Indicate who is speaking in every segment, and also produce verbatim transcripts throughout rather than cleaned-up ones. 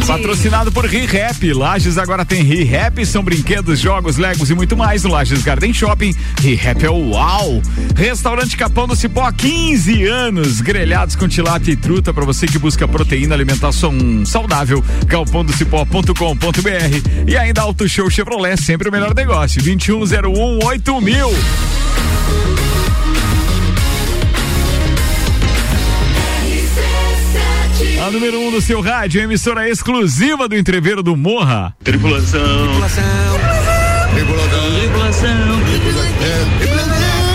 Speaker 1: Patrocinado por ReHap. Lages agora tem ReHap, são brinquedos, jogos, legos e muito mais no Lages Garden Shopping. ReHap é o uau! Restaurante Capão do Cipó há quinze anos, grelhados com tilápia e truta para você que busca proteína, alimentação saudável. galpão do cipó ponto com ponto br. E ainda Auto Show Chevrolet, sempre o melhor negócio. vinte e um zero um oito mil. A número um do seu rádio, emissora exclusiva do Entreveiro do Morra.
Speaker 2: Tripulação. Tripulação. Tripulação. Tripulação. Tripulação.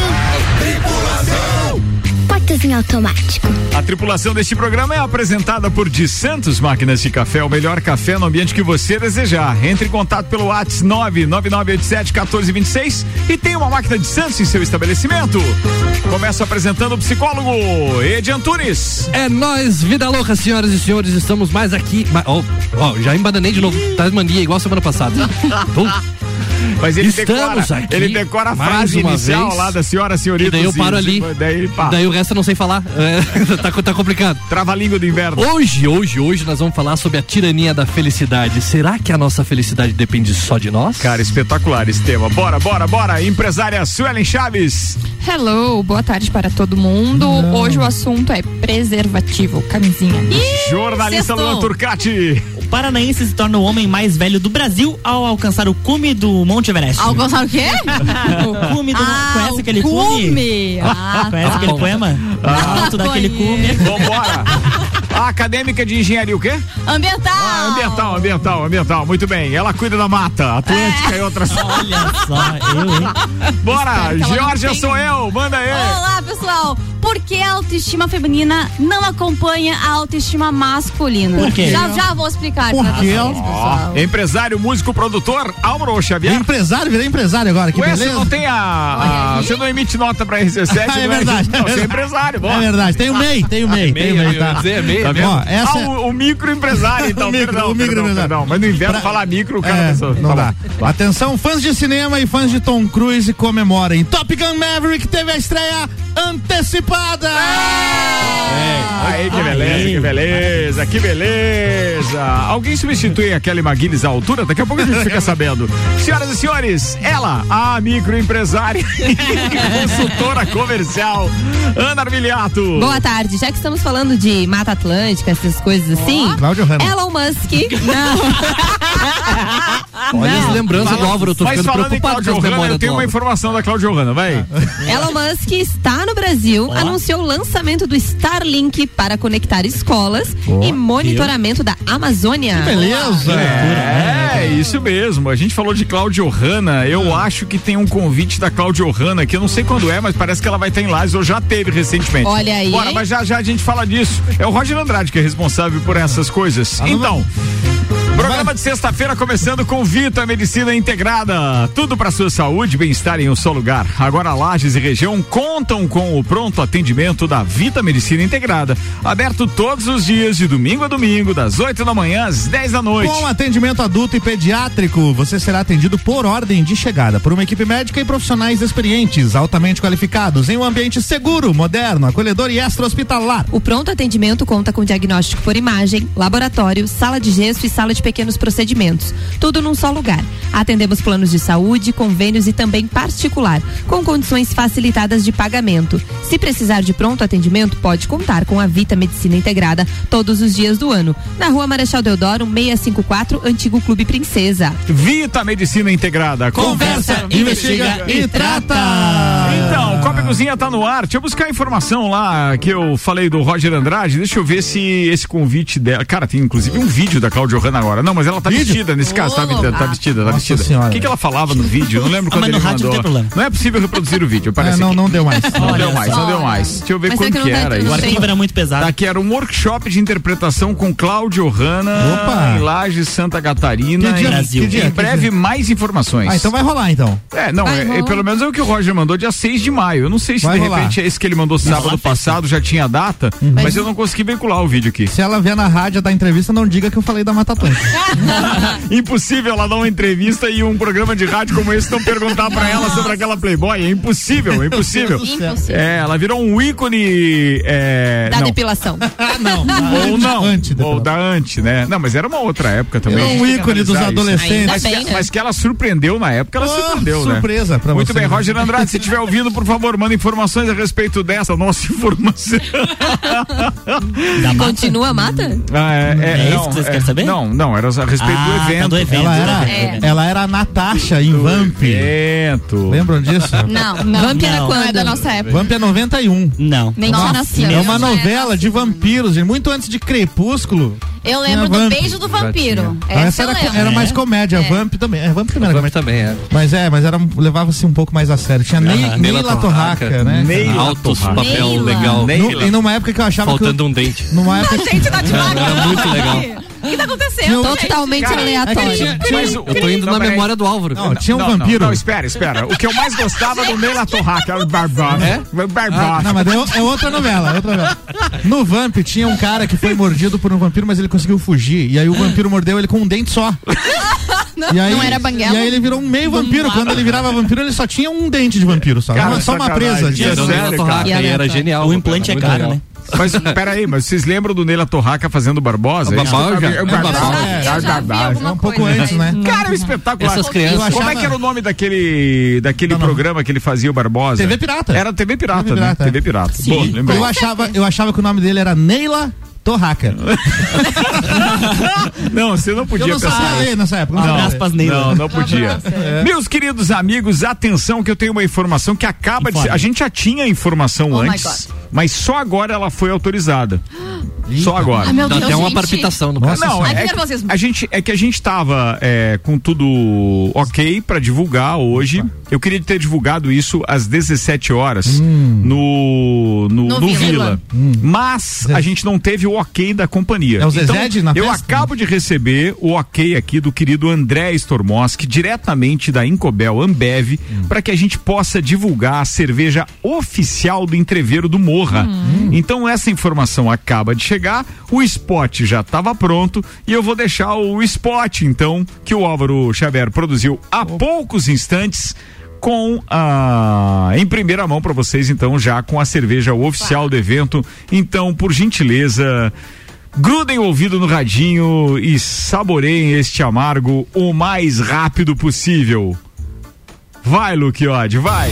Speaker 3: Portas em automático.
Speaker 1: A tripulação deste programa é apresentada por De Santos Máquinas de Café, o melhor café no ambiente que você desejar. Entre em contato pelo WhatsApp nove nove nove oito sete um quatro dois seis e tem uma máquina de Santos em seu estabelecimento. Começo apresentando o psicólogo Edi Antunes.
Speaker 4: É nóis, vida louca, senhoras e senhores, estamos mais aqui. Ó, oh, oh, já embananei de novo, tá mania igual semana passada.
Speaker 1: Mas ele
Speaker 4: Estamos
Speaker 1: decora,
Speaker 4: aqui
Speaker 1: ele decora a frase inicial
Speaker 4: vez,
Speaker 1: lá da senhora, senhorita.
Speaker 4: daí eu paro ali,
Speaker 1: daí,
Speaker 4: daí o resto eu não sei falar, é, tá, tá complicado.
Speaker 1: Trava-língua do inverno.
Speaker 4: Hoje, hoje, hoje nós vamos falar sobre a tirania da felicidade. Será que a nossa felicidade depende só de nós?
Speaker 1: Cara, espetacular esse tema. Bora, bora, bora. Empresária Suelen Chaves.
Speaker 5: Hello, boa tarde para todo mundo. Não. Hoje o assunto é preservativo, camisinha.
Speaker 1: Ih, jornalista Luan Turcati.
Speaker 6: O paranaense se torna o homem mais velho do Brasil ao alcançar o cume do Monte Everest.
Speaker 5: Alcançar o quê?
Speaker 6: O cume do...
Speaker 5: Ah,
Speaker 6: conhece aquele
Speaker 5: cume?
Speaker 6: cume?
Speaker 5: Ah,
Speaker 6: conhece
Speaker 5: tá.
Speaker 6: aquele poema?
Speaker 5: Ah,
Speaker 6: alto daquele cume.
Speaker 1: Vambora. A acadêmica de engenharia o quê?
Speaker 5: Ambiental.
Speaker 1: Ah, ambiental, ambiental, ambiental. Muito bem. Ela cuida da mata, Atlântica é. e outras.
Speaker 6: Olha só, eu, hein?
Speaker 1: Bora, Georgia tem... sou eu, manda aí.
Speaker 5: Olá, pessoal. Por que a autoestima feminina não acompanha a autoestima masculina?
Speaker 6: Por quê?
Speaker 5: Já, já vou explicar
Speaker 1: Por
Speaker 5: pra
Speaker 1: quê?
Speaker 5: vocês, pessoal.
Speaker 1: Oh, empresário, músico, produtor, Álvaro Xavier.
Speaker 7: É empresário, virei empresário agora, que
Speaker 1: Ué,
Speaker 7: beleza.
Speaker 1: Você não tem a... a você não emite nota pra R C sete?
Speaker 7: É verdade.
Speaker 1: Não, você é empresário, bom.
Speaker 7: É verdade, tem o M E I, tem o M E I, tem o M E I, tá?
Speaker 1: Dizer, meio,
Speaker 7: tá
Speaker 1: mesmo?
Speaker 7: Ó, essa...
Speaker 1: Ah, o, o microempresário, então.
Speaker 7: o micro,
Speaker 1: perdão,
Speaker 7: o micro
Speaker 1: perdão, perdão. Mas no inverno
Speaker 7: pra...
Speaker 1: falar micro, o cara
Speaker 7: é,
Speaker 1: pensou.
Speaker 7: Não
Speaker 1: tá
Speaker 7: dá. Atenção, fãs de cinema e fãs de Tom Cruise comemorem. Top Gun Maverick teve a estreia antecipada.
Speaker 1: É. Aí, que beleza, que beleza, que beleza. Alguém substitui a Kelly McGillis à altura? Daqui a pouco a gente fica sabendo. Senhoras e senhores, ela, a microempresária e consultora comercial, Ana Armiliato.
Speaker 5: Boa tarde. Já que estamos falando de Mata Atlântica, essas coisas assim,
Speaker 7: oh, Cláudio Hanna.
Speaker 5: Elon Musk. Não.
Speaker 4: Olha
Speaker 5: não.
Speaker 4: as lembranças
Speaker 1: Fala,
Speaker 4: do Álvaro, eu tô ficando preocupado com as memórias.
Speaker 1: Eu tenho uma informação da Cláudia Hanna, vai.
Speaker 5: Elon Musk está no Brasil, oh. anunciou o lançamento do Starlink para conectar escolas oh. e monitoramento da Amazônia.
Speaker 7: Que beleza!
Speaker 1: É, é, isso mesmo. A gente falou de Cláudia Hanna. Eu ah. acho que tem um convite da Cláudia Hanna, que eu não sei quando é, mas parece que ela vai estar em Lages, ou já teve recentemente.
Speaker 5: Olha aí.
Speaker 1: Bora, mas já já a gente fala disso. É o Roger Andrade que é responsável por essas coisas. Ah, então. Programa de sexta-feira começando com Vita Medicina Integrada. Tudo para sua saúde e bem-estar em um só lugar. Agora Lages e região contam com o pronto atendimento da Vita Medicina Integrada. Aberto todos os dias, de domingo a domingo, das oito da manhã às dez da noite.
Speaker 7: Com atendimento adulto e pediátrico, você será atendido por ordem de chegada por uma equipe médica e profissionais experientes, altamente qualificados, em um ambiente seguro, moderno, acolhedor e extra-hospitalar.
Speaker 5: O pronto atendimento conta com diagnóstico por imagem, laboratório, sala de gesso e sala de pequenos procedimentos, tudo num só lugar. Atendemos planos de saúde, convênios e também particular, com condições facilitadas de pagamento. Se precisar de pronto atendimento, pode contar com a Vita Medicina Integrada todos os dias do ano. Na Rua Marechal Deodoro, seiscentos e cinquenta e quatro, Antigo Clube Princesa.
Speaker 1: Vita Medicina Integrada.
Speaker 7: Conversa, Conversa investiga, investiga e trata.
Speaker 1: Então, Copa e Cozinha tá no ar. Deixa eu buscar a informação lá que eu falei do Roger Andrade. Deixa eu ver se esse convite dela. Cara, tem inclusive um vídeo da Cláudia Hanna agora. Não, mas ela tá vídeo? vestida nesse caso. Tá, tá, tá vestida, tá
Speaker 7: Nossa
Speaker 1: vestida.
Speaker 7: Senhora.
Speaker 1: O que, que ela falava no vídeo? Eu não lembro
Speaker 6: ah,
Speaker 1: quando
Speaker 6: mas
Speaker 1: ele
Speaker 6: no rádio
Speaker 1: mandou.
Speaker 6: Não, tem problema.
Speaker 1: Não é possível reproduzir o vídeo. Parece
Speaker 7: é, não,
Speaker 1: que...
Speaker 7: não deu mais.
Speaker 1: Não
Speaker 6: Olha
Speaker 1: deu mais,
Speaker 6: só.
Speaker 1: não deu mais. Deixa eu ver
Speaker 5: mas
Speaker 1: quando
Speaker 5: que,
Speaker 1: que era isso.
Speaker 6: O arquivo era muito pesado.
Speaker 1: Daqui era um workshop de interpretação com Cláudio Hanna em Lages, Santa Catarina.
Speaker 7: Que dia,
Speaker 1: em
Speaker 6: Brasil.
Speaker 7: Que dia,
Speaker 1: em
Speaker 7: que
Speaker 1: breve,
Speaker 7: dia?
Speaker 1: mais informações.
Speaker 7: Ah, então vai rolar então.
Speaker 1: É, não, é, é, pelo menos é o que o Roger mandou dia seis de maio. Eu não sei se
Speaker 7: vai
Speaker 1: de
Speaker 7: rolar.
Speaker 1: repente é esse que ele mandou sábado passado, já tinha data, uhum. mas eu não consegui vincular o vídeo aqui.
Speaker 7: Se ela vier na rádio da entrevista, não diga que eu falei da Mata Atlântica.
Speaker 1: Impossível ela dar uma entrevista e um programa de rádio como esse não perguntar pra ela sobre aquela Playboy. É impossível, é impossível.
Speaker 5: Impossível.
Speaker 1: É, ela virou um ícone. É,
Speaker 5: Da
Speaker 1: não.
Speaker 5: depilação.
Speaker 7: Não,
Speaker 1: Ou não,
Speaker 7: Antes,
Speaker 1: ou da antes, né? Não, mas era uma outra época também.
Speaker 7: Era um
Speaker 1: A gente tem que
Speaker 7: ícone dos
Speaker 1: analisar isso.
Speaker 7: adolescentes.
Speaker 1: Mas,
Speaker 5: Ainda
Speaker 1: que,
Speaker 5: bem, né?
Speaker 1: mas que ela surpreendeu na época, ela
Speaker 7: Oh,
Speaker 1: surpreendeu, né?
Speaker 7: surpresa pra
Speaker 1: Muito
Speaker 7: você.
Speaker 1: bem, Roger Andrade, se estiver ouvindo, por favor, manda informações a respeito dessa nossa informação.
Speaker 6: Da mata?
Speaker 5: Continua a mata?
Speaker 1: Ah, é, é,
Speaker 6: É isso
Speaker 1: não,
Speaker 6: que vocês
Speaker 1: é,
Speaker 6: querem saber?
Speaker 1: Não, não, era a respeito
Speaker 6: Ah,
Speaker 1: do
Speaker 6: tá,
Speaker 1: evento.
Speaker 6: do evento.
Speaker 7: Ela era,
Speaker 5: É.
Speaker 7: ela era a Natasha em Vamp.
Speaker 1: Evento.
Speaker 7: Lembram disso?
Speaker 8: Não, não.
Speaker 5: Vamp era
Speaker 6: não.
Speaker 5: quando?
Speaker 8: Não é da nossa época.
Speaker 7: Vamp é noventa e um.
Speaker 6: Não.
Speaker 8: Nem
Speaker 7: Nossa,
Speaker 8: tinha nascido.
Speaker 7: É uma
Speaker 8: Já
Speaker 7: novela de vampiros, gente, muito antes de Crepúsculo.
Speaker 8: Eu lembro
Speaker 7: Tinha
Speaker 8: do
Speaker 7: Vamp.
Speaker 8: beijo do vampiro.
Speaker 7: Essa,
Speaker 8: Essa eu
Speaker 7: era,
Speaker 8: lembro.
Speaker 7: era mais
Speaker 6: É?
Speaker 7: comédia,
Speaker 8: É.
Speaker 7: Vamp também. É, Vamp também era
Speaker 4: Vamp
Speaker 7: comédia.
Speaker 4: também é.
Speaker 7: Mas é, mas era, levava-se um pouco mais a sério. Tinha Ney,
Speaker 4: Aham.
Speaker 7: Neila
Speaker 4: Neila
Speaker 7: Torraca,
Speaker 4: Torraca,
Speaker 7: né?
Speaker 1: Neila
Speaker 4: Altos,
Speaker 1: Torraca.
Speaker 4: papel
Speaker 8: Neila.
Speaker 4: legal.
Speaker 7: No-
Speaker 1: Neila.
Speaker 7: e numa época que eu achava
Speaker 4: Faltando
Speaker 7: que.
Speaker 4: um dente.
Speaker 7: Eu, numa época
Speaker 8: Gente, tá devagar.
Speaker 4: Era muito legal.
Speaker 8: O que tá acontecendo?
Speaker 7: Tinha-
Speaker 8: gente?
Speaker 5: Totalmente
Speaker 1: Cara,
Speaker 5: aleatório.
Speaker 7: é que-
Speaker 1: Mas o-
Speaker 4: Eu tô indo
Speaker 1: Não,
Speaker 4: na
Speaker 1: peraí.
Speaker 4: memória do Álvaro.
Speaker 7: Não, tinha um
Speaker 1: Não, não,
Speaker 7: vampiro.
Speaker 1: Não, espera, espera. O que eu mais gostava do Neila Torraca era o Barbosa.
Speaker 4: É?
Speaker 1: O Barbosa.
Speaker 7: Não, mas é, é outra novela, é outra novela. No Vamp tinha um cara que foi mordido por um vampiro, mas ele conseguiu fugir. E aí o vampiro mordeu ele com um dente só. E aí,
Speaker 8: Não era banguela?
Speaker 7: E aí ele virou um meio vampiro. Quando ele virava vampiro, ele só tinha um dente de vampiro só.
Speaker 1: Cara,
Speaker 7: Uma- só uma
Speaker 1: sacanagem.
Speaker 7: presa.
Speaker 1: Que
Speaker 7: Tinha-
Speaker 4: Era o
Speaker 1: sério,
Speaker 4: Neila
Speaker 1: cara?
Speaker 4: Torraca
Speaker 5: E
Speaker 4: e era
Speaker 5: aleatório.
Speaker 4: genial.
Speaker 6: O implante é
Speaker 4: Muito
Speaker 6: caro,
Speaker 4: legal.
Speaker 6: né?
Speaker 1: Mas peraí, mas vocês lembram do Neila Torraca fazendo Barbosa?
Speaker 4: O Barbosa?
Speaker 1: É o
Speaker 4: É o
Speaker 1: Barbosa.
Speaker 4: Barbosa.
Speaker 1: É,
Speaker 8: Eu já vi
Speaker 1: Barbosa.
Speaker 8: alguma
Speaker 7: É um pouco
Speaker 8: coisa,
Speaker 7: antes,
Speaker 8: mas-
Speaker 7: né?
Speaker 1: Cara, é um espetacular.
Speaker 4: Essas crianças-
Speaker 7: Eu achava-
Speaker 1: Como é que era o nome daquele, daquele
Speaker 7: Não, não.
Speaker 1: programa que ele fazia, o Barbosa?
Speaker 7: T V Pirata.
Speaker 1: Era T V Pirata,
Speaker 7: T V Pirata,
Speaker 1: né?
Speaker 7: é.
Speaker 1: T V Pirata. Boa, lembrei.
Speaker 7: Eu achava, eu achava que o nome dele era Neila Torraca.
Speaker 1: Não, você não podia
Speaker 7: Eu não
Speaker 1: pensar
Speaker 7: sabia
Speaker 1: isso.
Speaker 7: ler nessa época.
Speaker 6: Um
Speaker 7: Não,
Speaker 6: abraço
Speaker 7: sabia
Speaker 6: pras
Speaker 7: ler.
Speaker 6: Neila.
Speaker 1: Não, não podia.
Speaker 7: É.
Speaker 1: Meus queridos amigos, atenção que eu tenho uma informação que acaba de ser, a gente já tinha a informação
Speaker 8: Oh my
Speaker 1: antes, mas só agora ela foi autorizada. Só agora.
Speaker 8: Ai, meu
Speaker 4: Dá
Speaker 8: Deus,
Speaker 4: até uma
Speaker 8: gente.
Speaker 4: palpitação no
Speaker 7: Nossa
Speaker 4: caso.
Speaker 1: Não,
Speaker 8: Ai,
Speaker 1: é
Speaker 8: que
Speaker 1: que,
Speaker 8: nervosismo.
Speaker 1: a gente, é que a gente tava é, com tudo ok pra divulgar hoje. Eu queria ter divulgado isso às dezessete horas no, no,
Speaker 8: No
Speaker 1: no
Speaker 8: Vila.
Speaker 1: Vila. Mas a gente não teve o ok da companhia.
Speaker 7: É o Zezé de na
Speaker 1: eu
Speaker 7: festa?
Speaker 1: acabo de receber o ok aqui do querido André Stormoski, diretamente da Incobel Ambev, para que a gente possa divulgar a cerveja oficial do Entreveiro do Morra. Então essa informação acaba de chegar, o spot já estava pronto e eu vou deixar o spot então que o Álvaro Xavier produziu há poucos instantes com a em primeira mão para vocês então já com a cerveja oficial do evento. Então, por gentileza, grudem o ouvido no radinho e saboreiem este amargo o mais rápido possível. Vai, Luquiode, vai!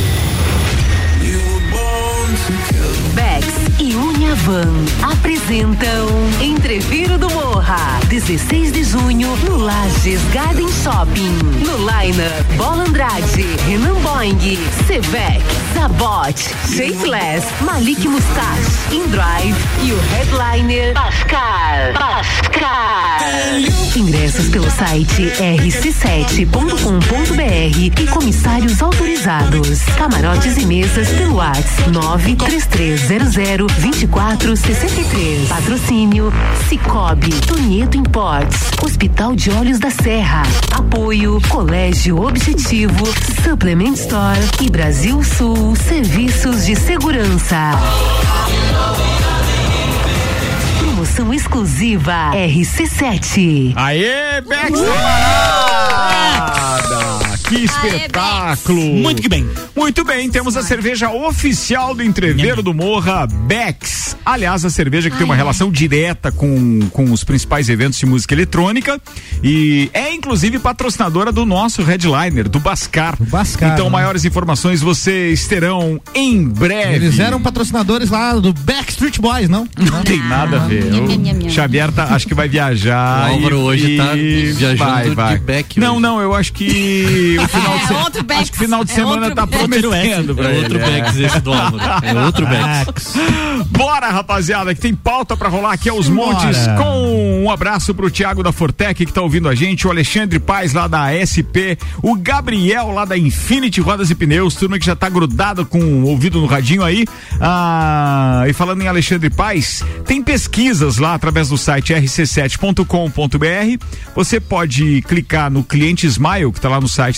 Speaker 9: Bex e Unha Van apresentam Entreviro do Morra, dezesseis de junho no Lages Garden Shopping. No Line-up, Bola Andrade, Renan Boing, Sevec, Zabot, Shapeless, Malik Mustache, Indrive e o headliner Pascal. Pascal. Ingressos pelo site r c sete ponto com ponto b r e comissários autorizados. Camarotes e mesas pelo WhatsApp nove três três zero zero dois quatro seis três. Patrocínio Cicobi, Tonieto Imports, Hospital de Olhos da Serra. Apoio Colégio Objetivo, Supplement Store e Brasil Sul Serviços de Segurança. Promoção exclusiva R C sete.
Speaker 1: Aê, Bex camarada! Que espetáculo!
Speaker 6: Muito que bem.
Speaker 1: Muito bem, temos a cerveja oficial do Entreveiro do Morra, Bex. Aliás, a cerveja que tem uma relação direta com, com os principais eventos de música eletrônica e é inclusive patrocinadora do nosso headliner, do Bascar.
Speaker 7: Do Bascar,
Speaker 1: Então,
Speaker 7: né?
Speaker 1: maiores informações vocês terão em breve.
Speaker 7: Eles eram patrocinadores lá do Backstreet Boys, não?
Speaker 1: Não tem nada a ver.
Speaker 8: Nham, nham, nham,
Speaker 1: O
Speaker 8: nham.
Speaker 1: Xavier tá, acho que vai viajar.
Speaker 4: O Álvaro
Speaker 1: e-
Speaker 4: hoje tá
Speaker 1: e
Speaker 4: viajando
Speaker 1: vai, vai.
Speaker 4: de Beck
Speaker 1: Não,
Speaker 4: hoje.
Speaker 1: não, eu acho que o final de
Speaker 8: É
Speaker 1: semana.
Speaker 8: outro Bex.
Speaker 1: Acho que final de
Speaker 8: É
Speaker 1: semana
Speaker 8: outro
Speaker 1: tá
Speaker 8: Bex.
Speaker 1: prometendo pra
Speaker 4: É outro
Speaker 1: ele,
Speaker 4: Bex esse do Álvaro. É outro Bex.
Speaker 1: Bora, rapaziada, que tem pauta pra rolar aqui aos
Speaker 7: Bora.
Speaker 1: montes. Com um abraço pro Thiago da Fortec que tá ouvindo a gente, o Alexandre Paes lá da S P, o Gabriel lá da Infinity Rodas e Pneus, turma que já tá grudado com o ouvido no radinho aí. Ah, e falando em Alexandre Paes, tem pesquisas lá através do site r c sete ponto com ponto b r. Você pode clicar no cliente Smile, que tá lá no site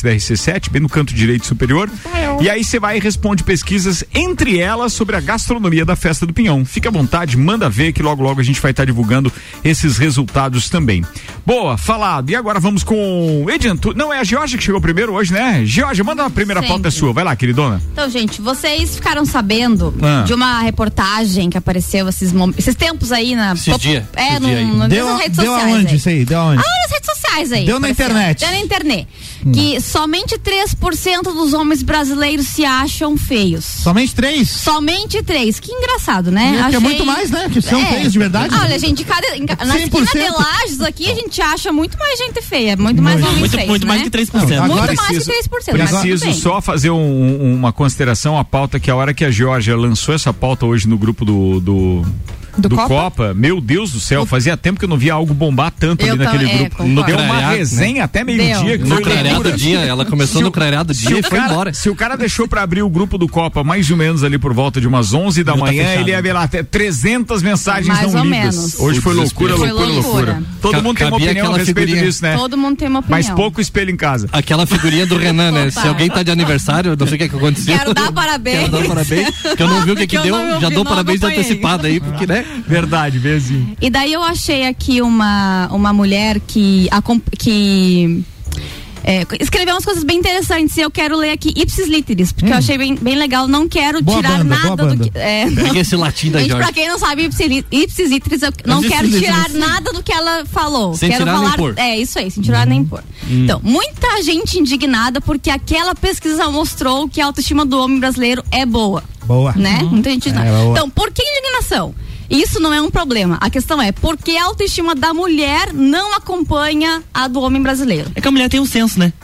Speaker 1: da R C sete, bem no canto direito superior. E aí você vai e responde pesquisas, entre elas sobre a gastronomia da Festa do Pinhão. Fica à vontade, manda ver que logo logo a gente vai estar divulgando esses resultados também. Boa, falado. E agora vamos com Ediantu. Não, é a Georgia que chegou primeiro hoje, né? Georgia, manda a primeira
Speaker 8: Sempre.
Speaker 1: pauta sua. Vai lá, queridona.
Speaker 8: Então, gente, vocês ficaram sabendo
Speaker 1: Ah.
Speaker 8: de uma reportagem que apareceu esses, mom- esses tempos aí na...
Speaker 4: Esses dia,
Speaker 8: É,
Speaker 4: esses
Speaker 8: no,
Speaker 4: dia aí.
Speaker 8: no,
Speaker 7: Deu,
Speaker 8: nas redes
Speaker 7: deu
Speaker 8: sociais
Speaker 7: aonde
Speaker 8: aí.
Speaker 7: isso aí? Deu aonde?
Speaker 8: Ah, nas redes sociais aí.
Speaker 7: Deu na
Speaker 8: apareceu.
Speaker 7: internet.
Speaker 8: Deu na internet. Que somente três por cento dos homens brasileiros se acham feios.
Speaker 7: Somente três?
Speaker 8: Somente três. Que engraçado, né?
Speaker 7: É, que é muito mais, né? Que são feios de verdade.
Speaker 8: Olha, gente, cada, em, ca- na
Speaker 7: cem por
Speaker 8: esquina
Speaker 7: cento.
Speaker 8: de Lages aqui a gente acha muito mais gente feia. Muito mais
Speaker 7: Muito.
Speaker 8: homens
Speaker 6: Muito,
Speaker 8: feios,
Speaker 6: muito
Speaker 8: né?
Speaker 6: mais que três por cento.
Speaker 7: Não,
Speaker 8: Muito
Speaker 7: agora
Speaker 8: mais que três por cento. mas tudo
Speaker 1: Preciso
Speaker 8: bem.
Speaker 1: só fazer um- um- uma consideração à pauta, que a hora que a Georgia lançou essa pauta hoje no grupo do do,
Speaker 5: Do
Speaker 1: do
Speaker 5: Copa?
Speaker 1: Copa, meu Deus do céu, fazia tempo que eu não via algo bombar tanto
Speaker 8: Eu
Speaker 1: ali naquele
Speaker 8: tam- é,
Speaker 1: grupo.
Speaker 8: concordo.
Speaker 1: Deu uma
Speaker 4: Clareado,
Speaker 1: resenha até meio-dia. que
Speaker 4: No
Speaker 1: foi
Speaker 4: clareado
Speaker 1: loucura.
Speaker 4: dia, ela começou
Speaker 1: Se
Speaker 4: no
Speaker 1: o-
Speaker 4: clareado
Speaker 1: Se
Speaker 4: dia
Speaker 1: o,
Speaker 4: e foi
Speaker 1: cara,
Speaker 4: embora.
Speaker 1: se o cara deixou pra abrir o grupo do Copa mais ou menos ali por volta de umas onze da
Speaker 6: Já tá
Speaker 1: manhã,
Speaker 6: fechado.
Speaker 1: ele ia ver lá até trezentas mensagens
Speaker 8: Mais
Speaker 1: não
Speaker 8: ou
Speaker 1: lidas.
Speaker 8: menos.
Speaker 1: Hoje foi
Speaker 4: O
Speaker 1: loucura,
Speaker 4: desespero.
Speaker 1: loucura,
Speaker 8: Foi
Speaker 1: loucura.
Speaker 8: loucura.
Speaker 1: Todo
Speaker 4: Ca-
Speaker 1: mundo tem uma
Speaker 4: cabia
Speaker 1: opinião a
Speaker 4: aquela
Speaker 1: respeito
Speaker 4: figurinha.
Speaker 1: disso, né?
Speaker 8: Todo mundo tem uma opinião.
Speaker 1: Mas pouco espelho em casa.
Speaker 4: Aquela figurinha do Renan, né? Se alguém tá de aniversário, eu não sei o que, é que aconteceu.
Speaker 8: Quero dar parabéns.
Speaker 4: Quero dar parabéns. Que eu não vi o que, que
Speaker 8: Que eu
Speaker 4: deu.
Speaker 8: não
Speaker 4: Já
Speaker 8: ouvi,
Speaker 4: dou
Speaker 8: não
Speaker 4: parabéns
Speaker 8: acompanhei.
Speaker 4: antecipado aí, porque, né?
Speaker 1: Verdade, bem assim.
Speaker 8: E daí eu achei aqui uma, uma mulher que, acom- que é, escreveu umas coisas bem interessantes e eu quero ler aqui ipsis literis, porque eu achei bem, bem legal. Não quero
Speaker 7: Boa
Speaker 8: tirar
Speaker 7: banda, boa
Speaker 8: nada do
Speaker 7: banda.
Speaker 8: que. É,
Speaker 4: Pega esse latim da
Speaker 8: gente,
Speaker 4: Jorge.
Speaker 8: pra quem não sabe, ipsis, li- ipsis literis, eu não
Speaker 4: Ipsis
Speaker 8: quero
Speaker 4: literis.
Speaker 8: tirar nada do que ela falou.
Speaker 4: Sem
Speaker 8: quero
Speaker 4: tirar nem
Speaker 8: falar.
Speaker 4: pôr.
Speaker 8: É, isso aí, sem tirar nem pôr. Então, muita gente indignada porque aquela pesquisa mostrou que a autoestima do homem brasileiro é boa.
Speaker 7: Boa.
Speaker 8: Né? Muita gente não.
Speaker 7: É, boa.
Speaker 8: Então, por que indignação? Isso não é um problema. A questão é por que a autoestima da mulher não acompanha a do homem brasileiro?
Speaker 6: É que a mulher tem um senso, né?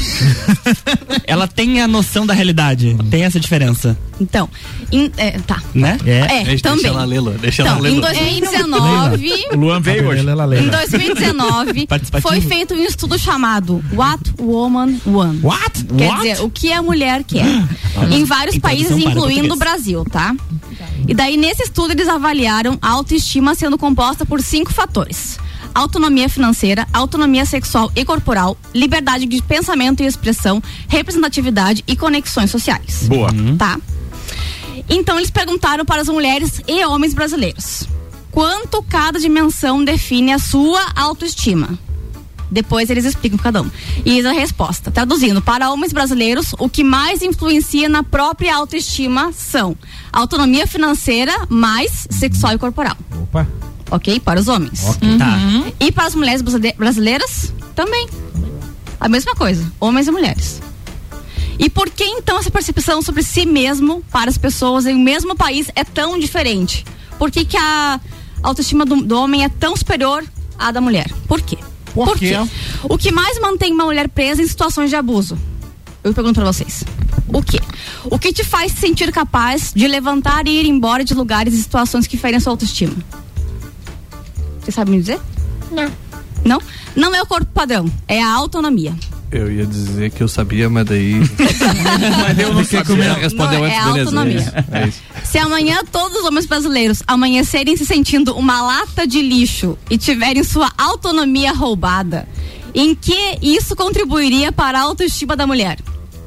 Speaker 6: Ela tem a noção da realidade. Tem essa diferença.
Speaker 8: Então, em- é, tá.
Speaker 6: Né?
Speaker 8: É,
Speaker 4: Deixa,
Speaker 8: também.
Speaker 4: deixa ela lê-lo. Deixa
Speaker 8: Então,
Speaker 4: ela
Speaker 8: em
Speaker 4: lê-lo.
Speaker 8: dois mil e dezenove,
Speaker 1: O Luan veio hoje.
Speaker 7: Lela,
Speaker 8: em
Speaker 7: lela.
Speaker 8: dois mil e dezenove,
Speaker 6: Participativo.
Speaker 8: foi feito um estudo chamado What Woman Want.
Speaker 7: What?
Speaker 8: Quer
Speaker 6: What?
Speaker 8: dizer, o que a mulher quer. Em vários
Speaker 6: Em
Speaker 8: países,
Speaker 6: tradução para
Speaker 8: incluindo o
Speaker 6: português.
Speaker 8: Brasil, tá? E daí, nesse estudo, eles avaliaram a autoestima sendo composta por cinco fatores: autonomia financeira, autonomia sexual e corporal, liberdade de pensamento e expressão, representatividade e conexões sociais.
Speaker 1: Boa.
Speaker 8: Tá? Então eles perguntaram para as mulheres e homens brasileiros: quanto cada dimensão define a sua autoestima? Depois eles explicam cada um. E a resposta, traduzindo, para homens brasileiros, o que mais influencia na própria autoestima são autonomia financeira mais sexual e corporal.
Speaker 7: Opa.
Speaker 8: Ok? Para os homens.
Speaker 6: Tá.
Speaker 8: E para as mulheres brasile- brasileiras, também. A mesma coisa, homens e mulheres. E por que então essa percepção sobre si mesmo para as pessoas em um mesmo país é tão diferente? Por que, que a autoestima do, do homem é tão superior à da mulher? Por quê?
Speaker 7: Por quê?
Speaker 8: O que mais mantém uma mulher presa em situações de abuso? Eu pergunto pra vocês. O quê? O que te faz se sentir capaz de levantar e ir embora de lugares e situações que ferem sua autoestima? Você sabe me dizer?
Speaker 3: Não.
Speaker 8: Não? Não é o corpo padrão, é a autonomia.
Speaker 4: Eu ia dizer que eu sabia, mas daí.
Speaker 1: Mas eu não
Speaker 4: Fiquei com
Speaker 1: sabia.
Speaker 4: medo de responder
Speaker 8: Não,
Speaker 4: antes,
Speaker 8: é
Speaker 4: beleza.
Speaker 8: autonomia.
Speaker 4: É isso, é isso.
Speaker 8: Se amanhã todos os homens brasileiros amanhecerem se sentindo uma lata de lixo e tiverem sua autonomia roubada, em que isso contribuiria para a autoestima da mulher?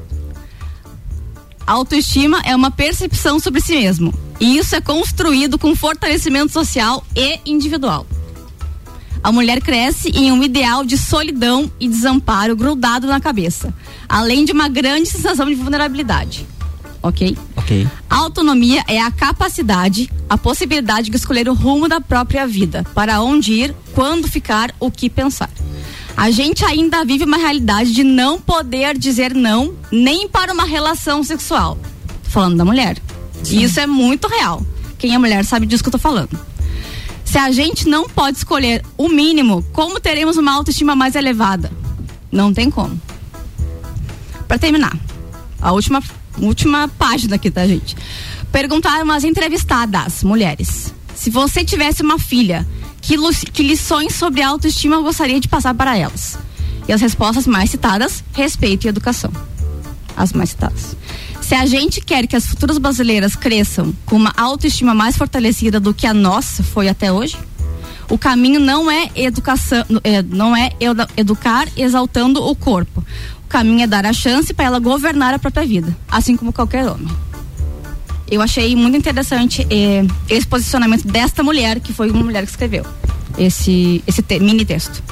Speaker 8: A autoestima é uma percepção sobre si mesmo. E isso é construído com fortalecimento social e individual. A mulher cresce em um ideal de solidão e desamparo grudado na cabeça, além de uma grande sensação de vulnerabilidade. Ok?
Speaker 6: Ok.
Speaker 8: A autonomia é a capacidade, a possibilidade de escolher o rumo da própria vida, para onde ir, quando ficar, o que pensar. A gente ainda vive uma realidade de não poder dizer não, nem para uma relação sexual. Tô falando da mulher. E isso é muito real. Quem é mulher sabe disso que eu tô falando. Se a gente não pode escolher o mínimo, como teremos uma autoestima mais elevada? Não tem como. Para terminar, a última, última página aqui, tá, gente? Perguntaram às entrevistadas, mulheres, se você tivesse uma filha, que, que lições sobre autoestima gostaria de passar para elas? E as respostas mais citadas, respeito e educação. As mais citadas. Se a gente quer que as futuras brasileiras cresçam com uma autoestima mais fortalecida do que a nossa foi até hoje, O caminho não é educação, é, não é educar exaltando o corpo. O caminho é dar a chance para ela governar a própria vida, assim como qualquer homem. Eu achei muito interessante eh, esse posicionamento desta mulher, que foi uma mulher que escreveu esse, esse te, mini texto.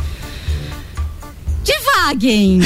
Speaker 8: Divaguem!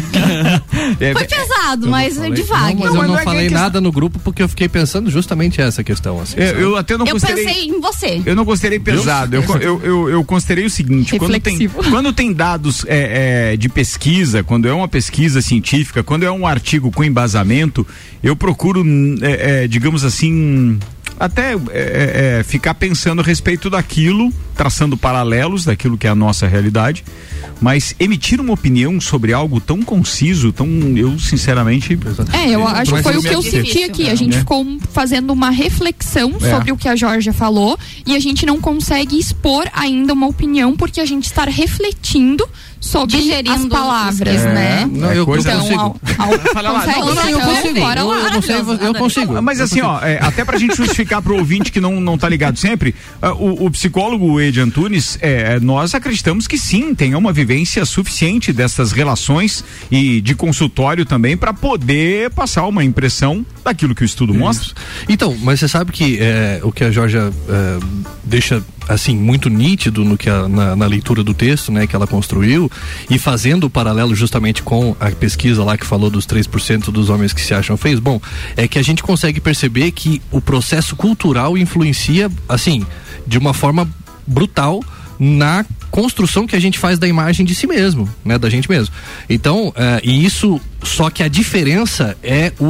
Speaker 8: Foi pesado, mas divaguem.
Speaker 4: Não, mas eu não, não falei nada no grupo porque eu fiquei pensando justamente essa questão. Assim,
Speaker 1: eu, eu até não
Speaker 8: eu
Speaker 1: considerei.
Speaker 8: pensei em você.
Speaker 1: Eu não considerei pesado. Eu, eu, eu, eu considerei o seguinte: quando tem, quando tem dados é, é, de pesquisa, quando é uma pesquisa científica, quando é um artigo com embasamento, eu procuro, é, é, digamos assim, até é, é, ficar pensando a respeito daquilo, traçando paralelos daquilo que é a nossa realidade, mas emitir uma opinião sobre algo tão conciso, tão, eu sinceramente...
Speaker 5: É, eu acho que foi o que eu senti aqui, a gente ficou fazendo uma reflexão é. sobre o que a Georgia falou e a gente não consegue expor ainda uma opinião porque a gente está refletindo sobre digerindo as palavras, é, né?
Speaker 4: Não, eu,
Speaker 1: coisa
Speaker 4: eu consigo.
Speaker 1: Ao, ao,
Speaker 5: Fala lá. Não, não, eu consigo. Eu, eu, não sei, eu consigo.
Speaker 1: Mas assim, ó, é, até pra gente justificar pro ouvinte que não, não tá ligado sempre, uh, o, o psicólogo Ed Antunes, é, nós acreditamos que sim, tem uma vivência suficiente dessas relações e de consultório também para poder passar uma impressão daquilo que o estudo Isso. mostra.
Speaker 4: Então, mas você sabe que é, o que a Georgia é, deixa assim muito nítido no que a, na, na leitura do texto, né, que ela construiu, e fazendo o paralelo justamente com a pesquisa lá que falou dos três por cento dos homens que se acham feios, bom, é que a gente consegue perceber que o processo cultural influencia, assim, de uma forma brutal na construção que a gente faz da imagem de si mesmo, né, da gente mesmo. Então, é, e isso, só que a diferença é o,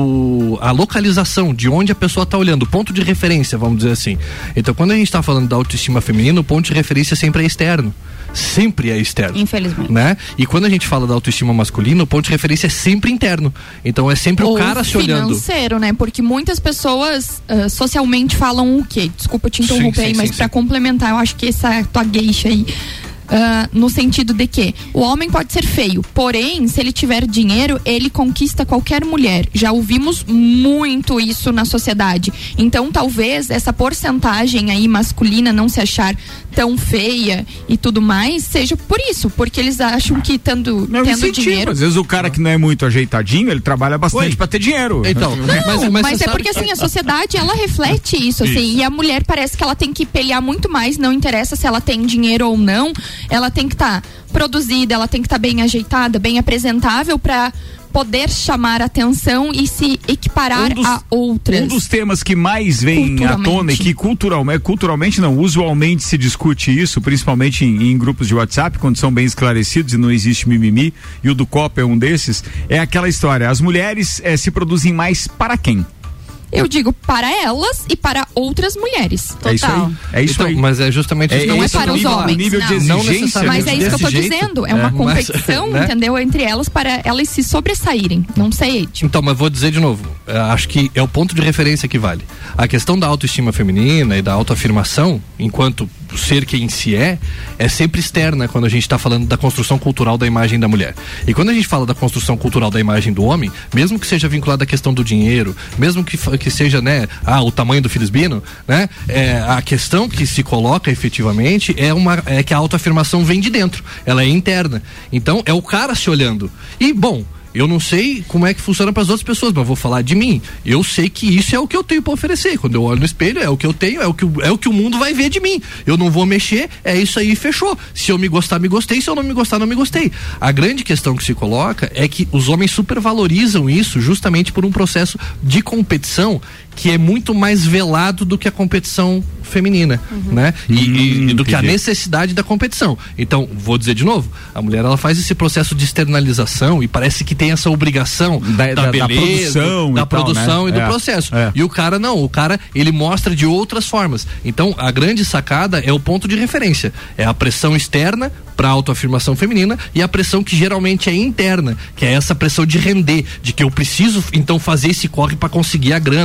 Speaker 4: o a localização de onde a pessoa está olhando, o ponto de referência, vamos dizer assim. Então, quando a gente está falando da autoestima feminina, o ponto de referência sempre é externo. Sempre é externo.
Speaker 8: Infelizmente.
Speaker 4: Né? E quando a gente fala da autoestima masculina, o ponto de referência é sempre interno. Então é sempre
Speaker 5: Ou
Speaker 4: o cara se olhando.
Speaker 5: Financeiro, né? Porque muitas pessoas uh, socialmente falam o quê? Desculpa te interromper aí, mas para complementar, eu acho que essa tua gueixa aí. Uh, no sentido de que o homem pode ser feio, porém, se ele tiver dinheiro, ele conquista qualquer mulher. Já ouvimos muito isso na sociedade. Então, talvez essa porcentagem aí masculina não se achar tão feia e tudo mais, seja por isso, porque eles acham que tendo, tendo incentivo. dinheiro.
Speaker 1: Às vezes o cara que não é muito ajeitadinho, ele trabalha bastante para ter dinheiro.
Speaker 4: Então,
Speaker 5: não,
Speaker 4: mas, mas,
Speaker 5: mas é porque assim, a sociedade ela reflete isso, assim, isso. E a mulher parece que ela tem que pelear muito mais, não interessa se ela tem dinheiro ou não. Ela tem que estar tá produzida, ela tem que estar tá bem ajeitada, bem apresentável para poder chamar atenção e se equiparar um dos, a outras.
Speaker 1: Um dos temas que mais vem à tona e que culturalmente, culturalmente não, usualmente se discute isso, principalmente em, em grupos de WhatsApp, quando são bem esclarecidos e não existe mimimi, e o do Copa é um desses, é aquela história, as mulheres eh, se produzem mais para quem?
Speaker 5: Eu digo para elas e para outras mulheres. Total.
Speaker 1: É isso aí. É isso
Speaker 4: então,
Speaker 1: aí.
Speaker 4: Mas é justamente
Speaker 5: é, não é para os homens.
Speaker 1: Nível
Speaker 5: não.
Speaker 1: de exigência,
Speaker 5: não mas é isso que eu tô
Speaker 4: jeito,
Speaker 5: dizendo. É uma
Speaker 4: é,
Speaker 5: competição,
Speaker 4: mas, né?
Speaker 5: entendeu? Entre elas para elas se sobressaírem. Não sei. Tipo.
Speaker 4: Então, mas vou dizer de novo. Acho que é o ponto de referência que vale. A questão da autoestima feminina e da autoafirmação, enquanto ser quem se é, é sempre externa quando a gente está falando da construção cultural da imagem da mulher. E quando a gente fala da construção cultural da imagem do homem, mesmo que seja vinculada à questão do dinheiro, mesmo que, que seja, né, ah, o tamanho do filisbino, né, é, a questão que se coloca efetivamente é, uma, é que a autoafirmação vem de dentro, ela é interna. Então, é o cara se olhando. E, bom, eu não sei como é que funciona para as outras pessoas, mas vou falar de mim. Eu sei que isso é o que eu tenho para oferecer. Quando eu olho no espelho, é o que eu tenho, é o que, é o que o mundo vai ver de mim. Eu não vou mexer, é isso aí, fechou. Se eu me gostar, me gostei. Se eu não me gostar, não me gostei. A grande questão que se coloca é que os homens supervalorizam isso justamente por um processo de competição que é muito mais velado do que a competição feminina, uhum. né? E, hum, e, e do que a necessidade da competição. Então, vou dizer de novo, a mulher ela faz esse processo de externalização e parece que tem essa obrigação da, da, da beleza, da produção, da e, produção tal, né? e do é, processo. É. E o cara não, o cara ele mostra de outras formas. Então, a grande sacada é o ponto de referência, é a pressão externa para a autoafirmação feminina e a pressão que geralmente é interna, que é essa pressão de render, de que eu preciso então fazer esse corre para conseguir a grana, para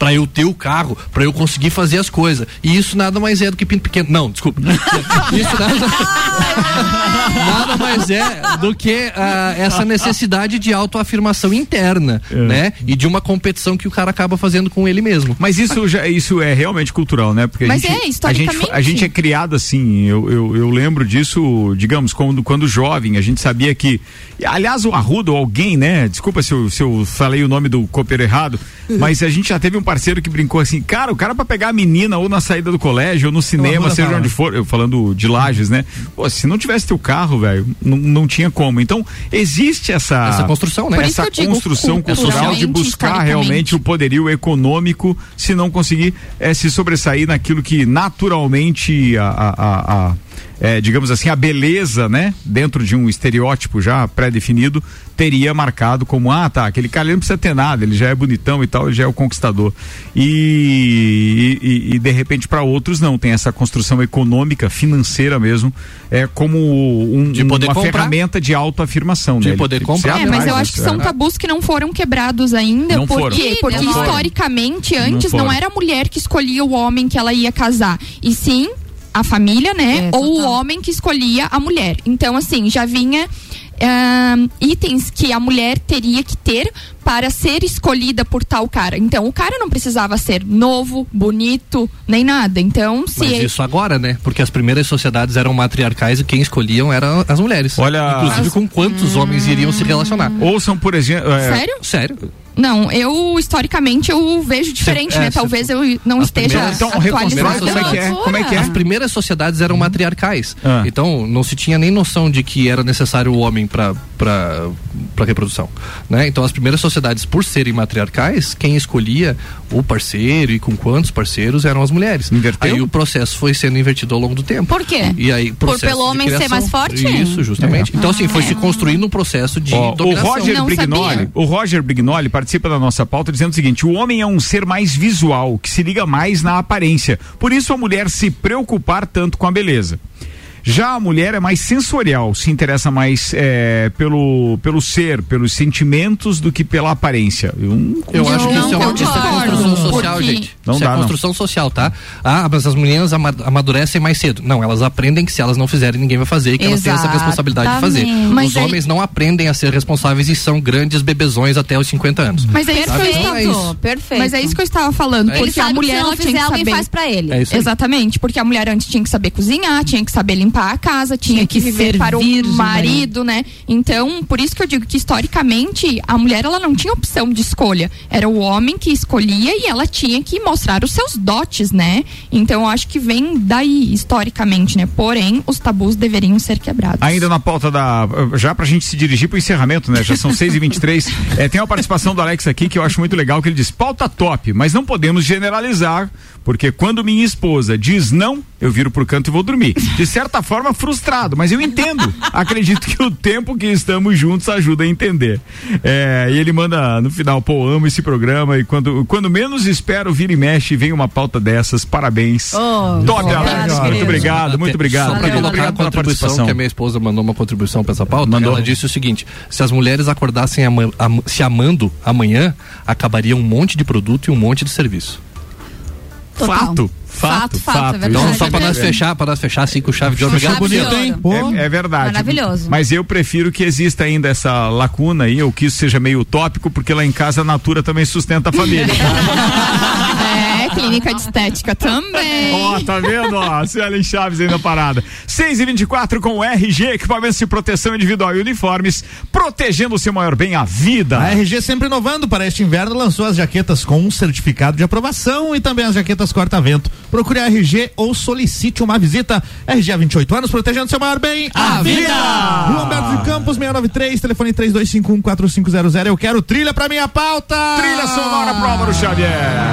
Speaker 4: pra eu ter o carro, pra eu conseguir fazer as coisas. E isso nada mais é do que pinto pequeno. Não, desculpa. Isso nada, nada mais é do que uh, essa necessidade de autoafirmação interna, é. né? E de uma competição que o cara acaba fazendo com ele mesmo.
Speaker 1: Mas isso já isso é realmente cultural, né? Porque a
Speaker 5: Mas
Speaker 1: gente,
Speaker 5: é, historicamente.
Speaker 1: A gente, a gente é criado assim, eu, eu, eu lembro disso, digamos, quando, quando jovem, a gente sabia que, aliás, o Arruda ou alguém, né? Desculpa se eu, se eu falei o nome do copeiro errado, mas a gente já teve um parceiro que brincou assim, cara, o cara pra pegar a menina ou na saída do colégio ou no cinema, seja onde for, eu falando de Lages, né? Pô, se não tivesse teu carro, velho, não, não tinha como. Então, existe essa...
Speaker 4: Essa construção, né?
Speaker 1: Essa construção cultural de buscar realmente o poderio econômico, se não conseguir é, se sobressair naquilo que naturalmente a, a, a, a é, digamos assim, a beleza, né, dentro de um estereótipo já pré-definido, teria marcado como, ah, tá, aquele cara não precisa ter nada, ele já é bonitão e tal, ele já é o conquistador. E, e, e de repente para outros não, tem essa construção econômica, financeira mesmo, é como um,
Speaker 4: de poder
Speaker 1: uma
Speaker 4: comprar.
Speaker 1: ferramenta de autoafirmação.
Speaker 4: De
Speaker 1: né?
Speaker 4: poder
Speaker 1: Ele,
Speaker 4: comprar.
Speaker 5: É, mas eu
Speaker 1: atrás,
Speaker 5: acho que são
Speaker 1: é.
Speaker 5: tabus que não foram quebrados ainda.
Speaker 1: Não
Speaker 5: por
Speaker 1: foram.
Speaker 5: quê? Porque
Speaker 8: Não foram.
Speaker 5: historicamente, antes,
Speaker 1: Não
Speaker 5: não,
Speaker 1: foram.
Speaker 5: era a mulher que escolhia o homem que ela ia casar. E sim a família, né?
Speaker 8: É,
Speaker 5: Ou o
Speaker 8: total.
Speaker 5: homem que escolhia a mulher. Então, assim, já vinha ahn, itens que a mulher teria que ter para ser escolhida por tal cara. Então, o cara não precisava ser novo, bonito, nem nada. Então, se...
Speaker 4: Mas isso agora, né? Porque as primeiras sociedades eram matriarcais e quem escolhiam eram as mulheres.
Speaker 1: Olha-
Speaker 4: Inclusive com quantos
Speaker 5: Hum.
Speaker 4: homens iriam se relacionar.
Speaker 1: Ouçam, por exemplo... é,
Speaker 5: Sério?
Speaker 4: Sério.
Speaker 5: Não, eu, historicamente, eu vejo diferente,
Speaker 4: é,
Speaker 5: né?
Speaker 4: se
Speaker 5: Talvez eu não
Speaker 4: as
Speaker 5: esteja
Speaker 4: primeiras-
Speaker 1: Então,
Speaker 5: atualizada.
Speaker 1: reconstrói como é que é? Como é que é?
Speaker 4: As primeiras sociedades eram matriarcais.
Speaker 1: Ah.
Speaker 4: Então, não se tinha nem noção de que era necessário o homem para para para reprodução, né? Então, as primeiras sociedades, por serem matriarcais, quem escolhia o parceiro e com quantos parceiros eram as mulheres.
Speaker 1: Inverteu?
Speaker 4: Aí o processo foi sendo invertido ao longo do tempo.
Speaker 8: Por quê?
Speaker 4: E aí,
Speaker 8: Por
Speaker 4: processo
Speaker 8: pelo
Speaker 4: de
Speaker 8: homem ser
Speaker 4: criação.
Speaker 8: mais forte?
Speaker 4: Isso, justamente. Então, assim, foi se construindo um processo de
Speaker 1: Ó, o
Speaker 4: dominação.
Speaker 1: Roger
Speaker 5: Não
Speaker 1: Brignoli,
Speaker 5: sabia.
Speaker 1: o Roger Brignoli participa da nossa pauta dizendo o seguinte: o homem é um ser mais visual, que se liga mais na aparência. Por isso a mulher se preocupar tanto com a beleza. Já a mulher é mais sensorial, se interessa mais é, pelo, pelo ser, pelos sentimentos do que pela aparência. Eu, não
Speaker 4: Eu
Speaker 1: consigo-
Speaker 4: acho que isso é, uma, isso é
Speaker 5: concordo,
Speaker 4: construção social,
Speaker 5: porque-
Speaker 4: gente.
Speaker 1: Não
Speaker 4: isso
Speaker 1: dá,
Speaker 4: é
Speaker 1: não.
Speaker 4: construção social, tá? Ah, mas as meninas ama- amadurecem mais cedo. Não, elas aprendem que se elas não fizerem, ninguém vai fazer e que elas têm essa responsabilidade de fazer.
Speaker 8: Exatamente.
Speaker 5: Mas
Speaker 4: Os
Speaker 5: aí-
Speaker 4: homens não aprendem a ser responsáveis e são grandes bebezões até os cinquenta anos.
Speaker 5: Mas é isso que eu
Speaker 8: Perfeito,
Speaker 5: estava...
Speaker 4: é isso.
Speaker 8: perfeito.
Speaker 5: Mas é isso que eu estava falando,
Speaker 4: É
Speaker 5: porque
Speaker 8: Ele sabe
Speaker 5: a mulher
Speaker 8: que se não
Speaker 5: ela tinha
Speaker 8: fizer,
Speaker 5: que
Speaker 8: alguém
Speaker 5: saber...
Speaker 8: faz pra ele.
Speaker 4: É isso aí.
Speaker 5: Exatamente, porque a mulher antes tinha que saber cozinhar, tinha que saber limpar a casa, tinha,
Speaker 10: Tinha
Speaker 5: que,
Speaker 10: que
Speaker 5: viver para o
Speaker 10: servir,
Speaker 5: marido, né? Então, por isso que eu digo que historicamente a mulher ela não tinha opção de escolha, era o homem que escolhia e ela tinha que mostrar os seus dotes, né? Então, eu acho que vem daí historicamente, né? Porém, os tabus deveriam ser quebrados.
Speaker 1: Ainda na pauta da. Já pra gente se dirigir pro encerramento, né? Já são seis e vinte e três. É, tem uma participação do Alex aqui que eu acho muito legal, que ele diz: pauta top, mas não podemos generalizar, porque quando minha esposa diz não, eu viro pro canto e vou dormir. De certa forma, frustrado, mas eu entendo. Acredito que o tempo que estamos juntos ajuda a entender. É, e ele manda no final: pô, amo esse programa e quando, quando menos espero, vira e mexe, vem uma pauta dessas. Parabéns.
Speaker 8: Oh,
Speaker 1: top,
Speaker 8: obrigado,
Speaker 1: Alex.
Speaker 8: querido.
Speaker 1: Muito obrigado, muito obrigado.
Speaker 4: Só pra
Speaker 1: Querido,
Speaker 4: colocar
Speaker 1: obrigado
Speaker 4: a
Speaker 1: pela
Speaker 4: contribuição,
Speaker 1: participação.
Speaker 4: que a minha esposa mandou uma contribuição pra essa pauta,
Speaker 1: Mandou.
Speaker 4: ela disse o seguinte: se as mulheres acordassem ama- am- se amando amanhã, acabaria um monte de produto e um monte de serviço.
Speaker 8: Total.
Speaker 1: Fato,
Speaker 8: Fato,
Speaker 1: fato,
Speaker 8: fato,
Speaker 1: fato.
Speaker 8: é verdade.
Speaker 4: Então, só pra
Speaker 8: é
Speaker 4: nós
Speaker 8: verdade.
Speaker 4: fechar, para nós fechar assim com chave de ouro.
Speaker 7: Fechou
Speaker 4: Obrigado,
Speaker 7: bonito,
Speaker 4: Pedro.
Speaker 7: hein? Pô.
Speaker 1: É, é verdade.
Speaker 8: Maravilhoso.
Speaker 1: Mas eu prefiro que exista ainda essa lacuna aí, ou que isso seja meio utópico, porque lá em casa a Natura também sustenta a família.
Speaker 5: É, clínica de estética também.
Speaker 1: Ó, tá vendo? Ó, Suelen Chaves aí na parada. seis e vinte e quatro com o R G, equipamentos de proteção individual e uniformes, protegendo o seu maior bem, a vida.
Speaker 7: A R G sempre inovando para este inverno, lançou as jaquetas com um certificado de aprovação e também as jaquetas corta-vento. Procure a R G ou solicite uma visita. R G há vinte e oito anos, protegendo seu maior bem,
Speaker 1: A vida!
Speaker 7: Rua Humberto de Campos, seiscentos e noventa e três, telefone três dois cinco um quatro cinco zero zero. Eu quero trilha pra minha pauta!
Speaker 1: Trilha sonora pro Álvaro Xavier.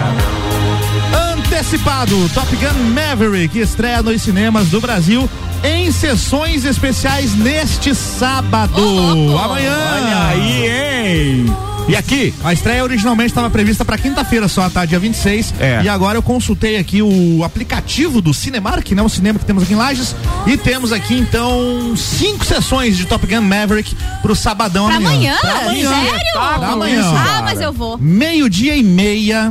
Speaker 7: Antecipado, Top Gun Maverick estreia nos cinemas do Brasil em sessões especiais neste sábado. Amanhã.
Speaker 1: Olha aí, hein? E aqui?
Speaker 7: A estreia originalmente estava prevista para quinta-feira só, tá? Dia vinte e seis.
Speaker 1: É.
Speaker 7: E agora eu consultei aqui o aplicativo do Cinemark, né? O cinema que temos aqui em Lages. E temos aqui, então, cinco sessões de Top Gun Maverick pro sabadão
Speaker 8: Pra
Speaker 7: amanhã.
Speaker 8: amanhã?
Speaker 7: Pra amanhã.
Speaker 8: Sério?
Speaker 7: Pra amanhã.
Speaker 8: Ah, mas eu vou.
Speaker 7: Meio-dia e meia.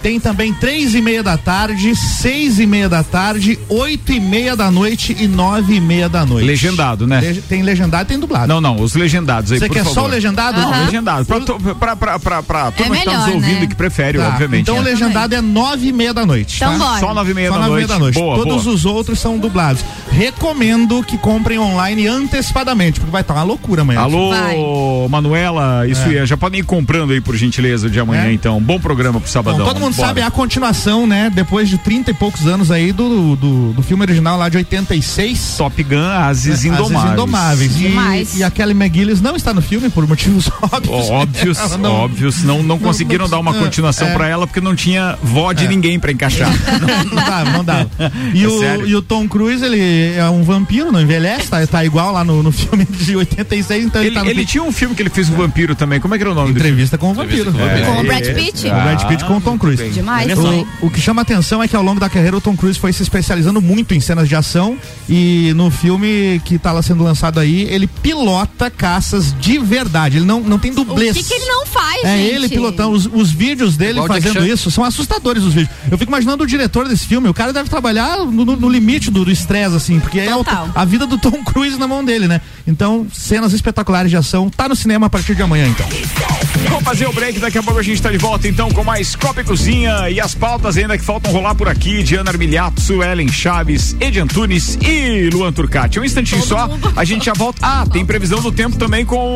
Speaker 7: Tem também três e meia da tarde, seis e meia da tarde, oito e meia da noite e nove e meia da noite.
Speaker 1: Legendado, né?
Speaker 7: Le- tem legendado e tem dublado.
Speaker 1: Não, não, os legendados aí,
Speaker 7: Você
Speaker 1: por
Speaker 7: quer
Speaker 1: favor.
Speaker 7: só o legendado?
Speaker 1: Não,
Speaker 7: Uhum.
Speaker 1: legendado. Pra, to- pra, pra, pra, pra turma que tá nos
Speaker 8: melhor,
Speaker 1: ouvindo
Speaker 8: né?
Speaker 1: e que prefere,
Speaker 7: Tá,
Speaker 1: obviamente.
Speaker 7: então o
Speaker 1: né?
Speaker 7: legendado é nove e meia da noite.
Speaker 8: Então
Speaker 7: tá?
Speaker 8: bora.
Speaker 1: Só nove e meia
Speaker 7: Só
Speaker 1: da
Speaker 7: nove e
Speaker 1: noite.
Speaker 7: meia da noite.
Speaker 1: Boa,
Speaker 7: Todos
Speaker 1: boa.
Speaker 7: os outros são dublados. Recomendo que comprem online antecipadamente, porque vai estar uma loucura amanhã.
Speaker 1: Alô,
Speaker 8: Vai.
Speaker 1: Manuela, isso
Speaker 7: É.
Speaker 1: é. Já podem ir comprando aí, por gentileza, de amanhã,
Speaker 7: É.
Speaker 1: então. Bom programa pro sabadão.
Speaker 7: Bom, todo mundo
Speaker 1: Bora.
Speaker 7: sabe, é a continuação, né? Depois de trinta e poucos anos aí do, do, do filme original lá de oitenta e seis.
Speaker 1: Top Gun, Ases
Speaker 7: Né?
Speaker 1: Indomáveis.
Speaker 7: Ases Indomáveis.
Speaker 8: Demais.
Speaker 7: E, e a Kelly McGillis não está no filme por motivos óbvios.
Speaker 1: Óbvios,
Speaker 7: Ela não-
Speaker 1: óbvios. Não, não conseguiram
Speaker 7: não-
Speaker 1: dar uma
Speaker 7: é,
Speaker 1: continuação
Speaker 7: é.
Speaker 1: pra ela porque não tinha vó de
Speaker 7: É.
Speaker 1: ninguém pra encaixar.
Speaker 7: Não dava, não dava. E,
Speaker 1: É
Speaker 7: o,
Speaker 1: sério.
Speaker 7: e o Tom Cruise, ele é um vampiro, não envelhece, tá, tá igual lá no, no filme de oitenta e seis, então ele,
Speaker 1: Ele,
Speaker 7: tá no
Speaker 1: ele
Speaker 7: filme.
Speaker 1: tinha um filme que ele fez um vampiro também. Como é que era o nome
Speaker 7: Entrevista com o vampiro.
Speaker 1: do filme?
Speaker 8: Com o
Speaker 1: É,
Speaker 8: Brad
Speaker 1: é,
Speaker 8: Pitt?
Speaker 7: O Brad Pitt com o Tom Cruise.
Speaker 8: Demais.
Speaker 6: Olha só, hein?
Speaker 7: O, o que chama atenção é que ao longo da carreira o Tom Cruise foi se especializando muito em cenas de ação e no filme que tá lá sendo lançado aí, ele pilota caças de verdade, ele não, não tem
Speaker 8: O
Speaker 7: dublês.
Speaker 8: que, que ele não faz,
Speaker 7: É
Speaker 8: gente?
Speaker 7: ele pilotando, os, os vídeos dele
Speaker 4: Igual o Jack
Speaker 7: fazendo
Speaker 4: Chan.
Speaker 7: isso são assustadores os vídeos. Eu fico imaginando o diretor desse filme, o cara deve trabalhar no, no- no limite do estresse, assim, porque é o-
Speaker 8: Total.
Speaker 7: a vida do Tom Cruise na mão dele, né? Então, cenas espetaculares de ação, tá no cinema a partir de amanhã, então.
Speaker 1: Vamos fazer o break, daqui a pouco a gente tá de volta então com mais Copa e Cozinha e as pautas ainda que faltam rolar por aqui. Diana Armiliato, Ellen Chaves, Edi Antunes e Luan Turcati. Um instantinho só, a gente já volta. Ah, tem previsão do tempo também com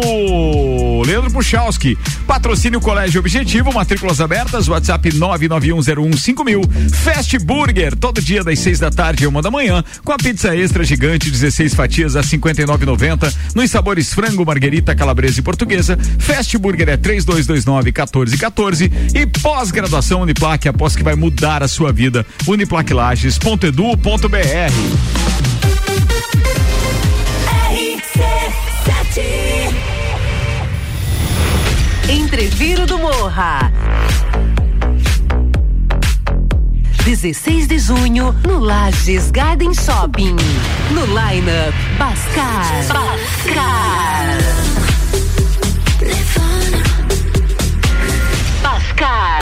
Speaker 1: o Leandro Puchalski. Patrocínio Colégio Objetivo, matrículas abertas, WhatsApp nove nove um zero um cinco mil. Fast Burger, todo dia das seis da tarde e uma da manhã, com a pizza extra gigante, dezesseis fatias a cinquenta e nove e noventa, nos sabores frango, marguerita, calabresa e portuguesa. Fast Burger é três dois dois nove, um quatro um quatro e pós-graduação Uniplac, após que vai mudar a sua vida. uniplaclages ponto edu ponto br.
Speaker 9: Entreviro do Morra. dezesseis de junho, no Lages Garden Shopping. No Line-Up, Bascar. Bascar. Bascar.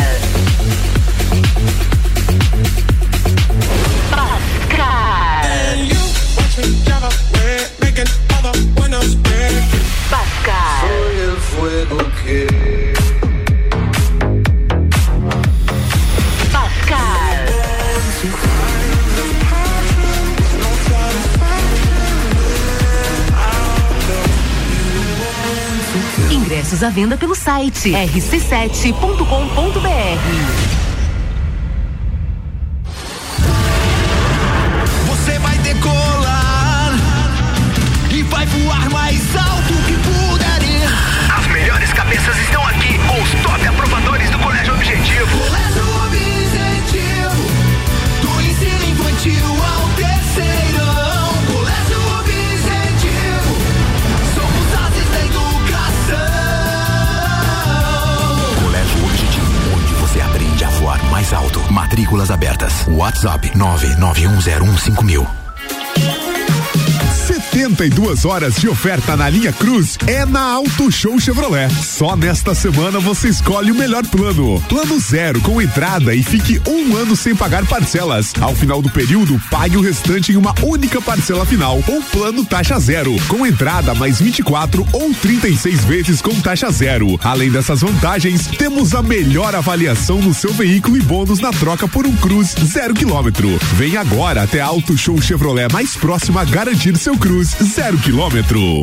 Speaker 9: Bascar. Bascar. Bascar. Ingressos à venda pelo site r c sete ponto com ponto b r.
Speaker 2: Você vai decolar e vai voar mais alto que puder ir. As melhores cabeças estão aqui com os top aprovadores do Colégio Objetivo. Colégio Objetivo, do ensino infantil ao terceirão. Colégio Objetivo, somos ases da educação. Colégio Objetivo, onde você aprende a voar mais alto. Matrículas abertas. WhatsApp nove nove um zero um cinco mil.
Speaker 10: setenta e duas horas de oferta na linha Cruz é na Auto Show Chevrolet. Só nesta semana você escolhe o melhor plano. Plano zero com entrada e fique um ano sem pagar parcelas. Ao final do período, pague o restante em uma única parcela final. Ou plano taxa zero, com entrada mais vinte e quatro ou trinta e seis vezes com taxa zero. Além dessas vantagens, temos a melhor avaliação no seu veículo e bônus na troca por um Cruz zero quilômetro. Vem agora até a Auto Show Chevrolet mais próxima a garantir seu Cruz zero quilômetro.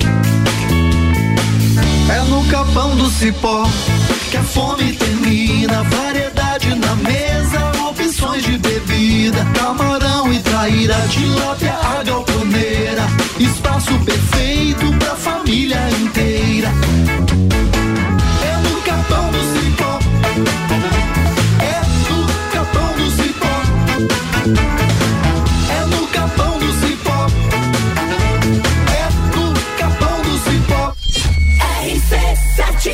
Speaker 2: É no Capão do Cipó que a fome termina. Variedade na mesa, opções de bebida. Camarão e traíra, tilápia, a galponeira. Espaço perfeito pra família inteira. É no Capão do Cipó. É no Capão do Cipó. É no Capão do Cipó. É no Capão do Cipó. R C sete.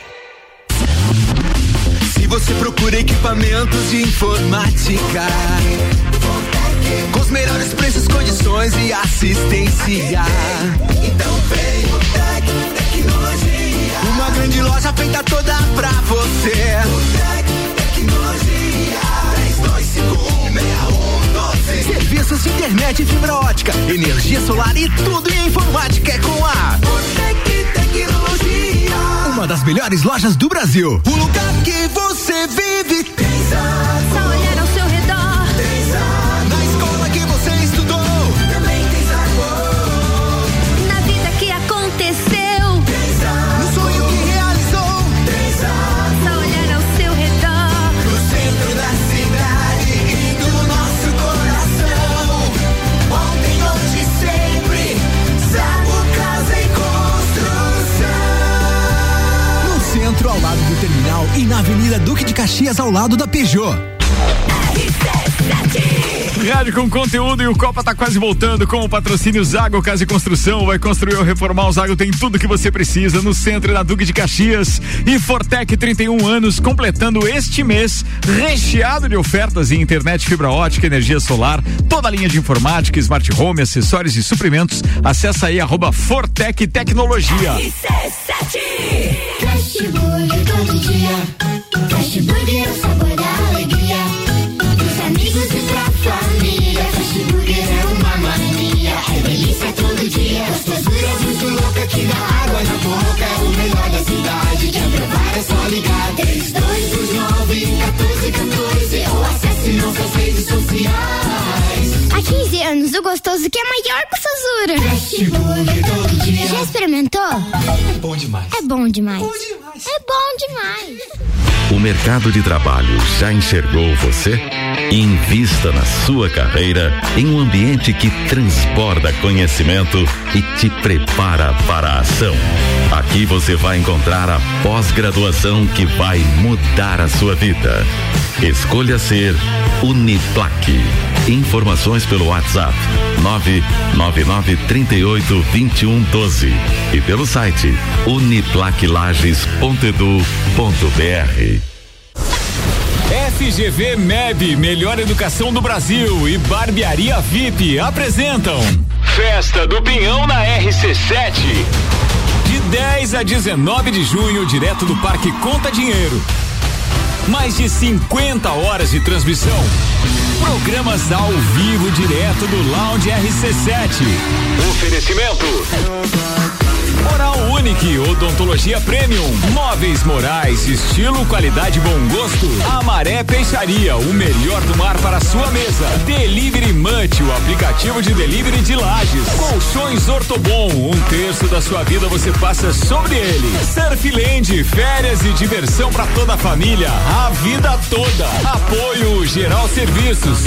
Speaker 2: Se você procura equipamentos de informática com os melhores preços, condições e assistência, então vem o Tec Tecnologia. Uma grande loja feita toda pra você. O Tec Tecnologia, três dois cinco um, seis um um doze.
Speaker 11: Serviços de internet e fibra ótica, energia solar e tudo em informática é com a
Speaker 2: Fortec Tecnologia.
Speaker 11: Uma das melhores lojas do Brasil.
Speaker 2: O lugar que você vive tem
Speaker 3: Só olhar ao seu redor.
Speaker 2: na escola que você estudou, também tem sabor.
Speaker 3: Na vida que aconteceu.
Speaker 2: No sonho que realizou,
Speaker 3: Só olhar ao seu redor.
Speaker 2: no centro da cidade e do nosso coração. Ontem, hoje, sempre, Zago Casa e Construção.
Speaker 11: No centro, ao lado do terminal, e na Avenida Duque de Caxias, ao lado da Peugeot.
Speaker 1: Rádio com conteúdo, e o Copa tá quase voltando com o patrocínio Zago Casa e Construção. Vai construir ou reformar, o Zago tem tudo que você precisa no centro da Duque de Caxias. E Fortec, trinta e um anos, completando este mês, recheado de ofertas em internet, fibra ótica, energia solar, toda a linha de informática, smart home, acessórios e suprimentos. Acesse aí arroba Fortec Tecnologia.
Speaker 3: Fast Burger todo dia. Fast Burger é o sabor da alegria. Dos amigos e pra família. Fast Burger é uma mania. É delícia todo dia.
Speaker 2: Gostosura muito louca que dá água na boca. É o melhor da cidade. Quer provar é só ligar. três dois nove, um quatro um quatro ou acesse nossas redes sociais.
Speaker 3: Há quinze anos, o gostoso que é maior que o Sazura.
Speaker 2: Fast Burger todo dia.
Speaker 3: Já experimentou?
Speaker 2: É bom demais.
Speaker 3: É bom demais.
Speaker 2: Bom demais.
Speaker 3: É bom demais.
Speaker 12: O mercado de trabalho já enxergou você? Invista na sua carreira em um ambiente que transborda conhecimento e te prepara para a ação. Aqui você vai encontrar a pós-graduação que vai mudar a sua vida. Escolha ser Uniplac. Informações pelo WhatsApp nove nove nove, três oito, dois um um doze e pelo site uniplaclages ponto edu ponto br.
Speaker 1: F G V M E B, melhor educação do Brasil, e Barbearia V I P apresentam Festa do Pinhão na R C sete. De dez a dezenove de junho, direto do Parque Conta Dinheiro. Mais de cinquenta horas de transmissão. Programas ao vivo direto do Lounge R C sete. Oferecimento Oral Unique, odontologia premium, móveis Morais, estilo, qualidade, bom gosto. Amaré Peixaria, o melhor do mar para a sua mesa. Delivery Munch, o aplicativo de delivery de Lages. Colchões Ortobon, um terço da sua vida você passa sobre ele. Surfland, férias e diversão para toda a família, a vida toda. Apoio Geral Serviços.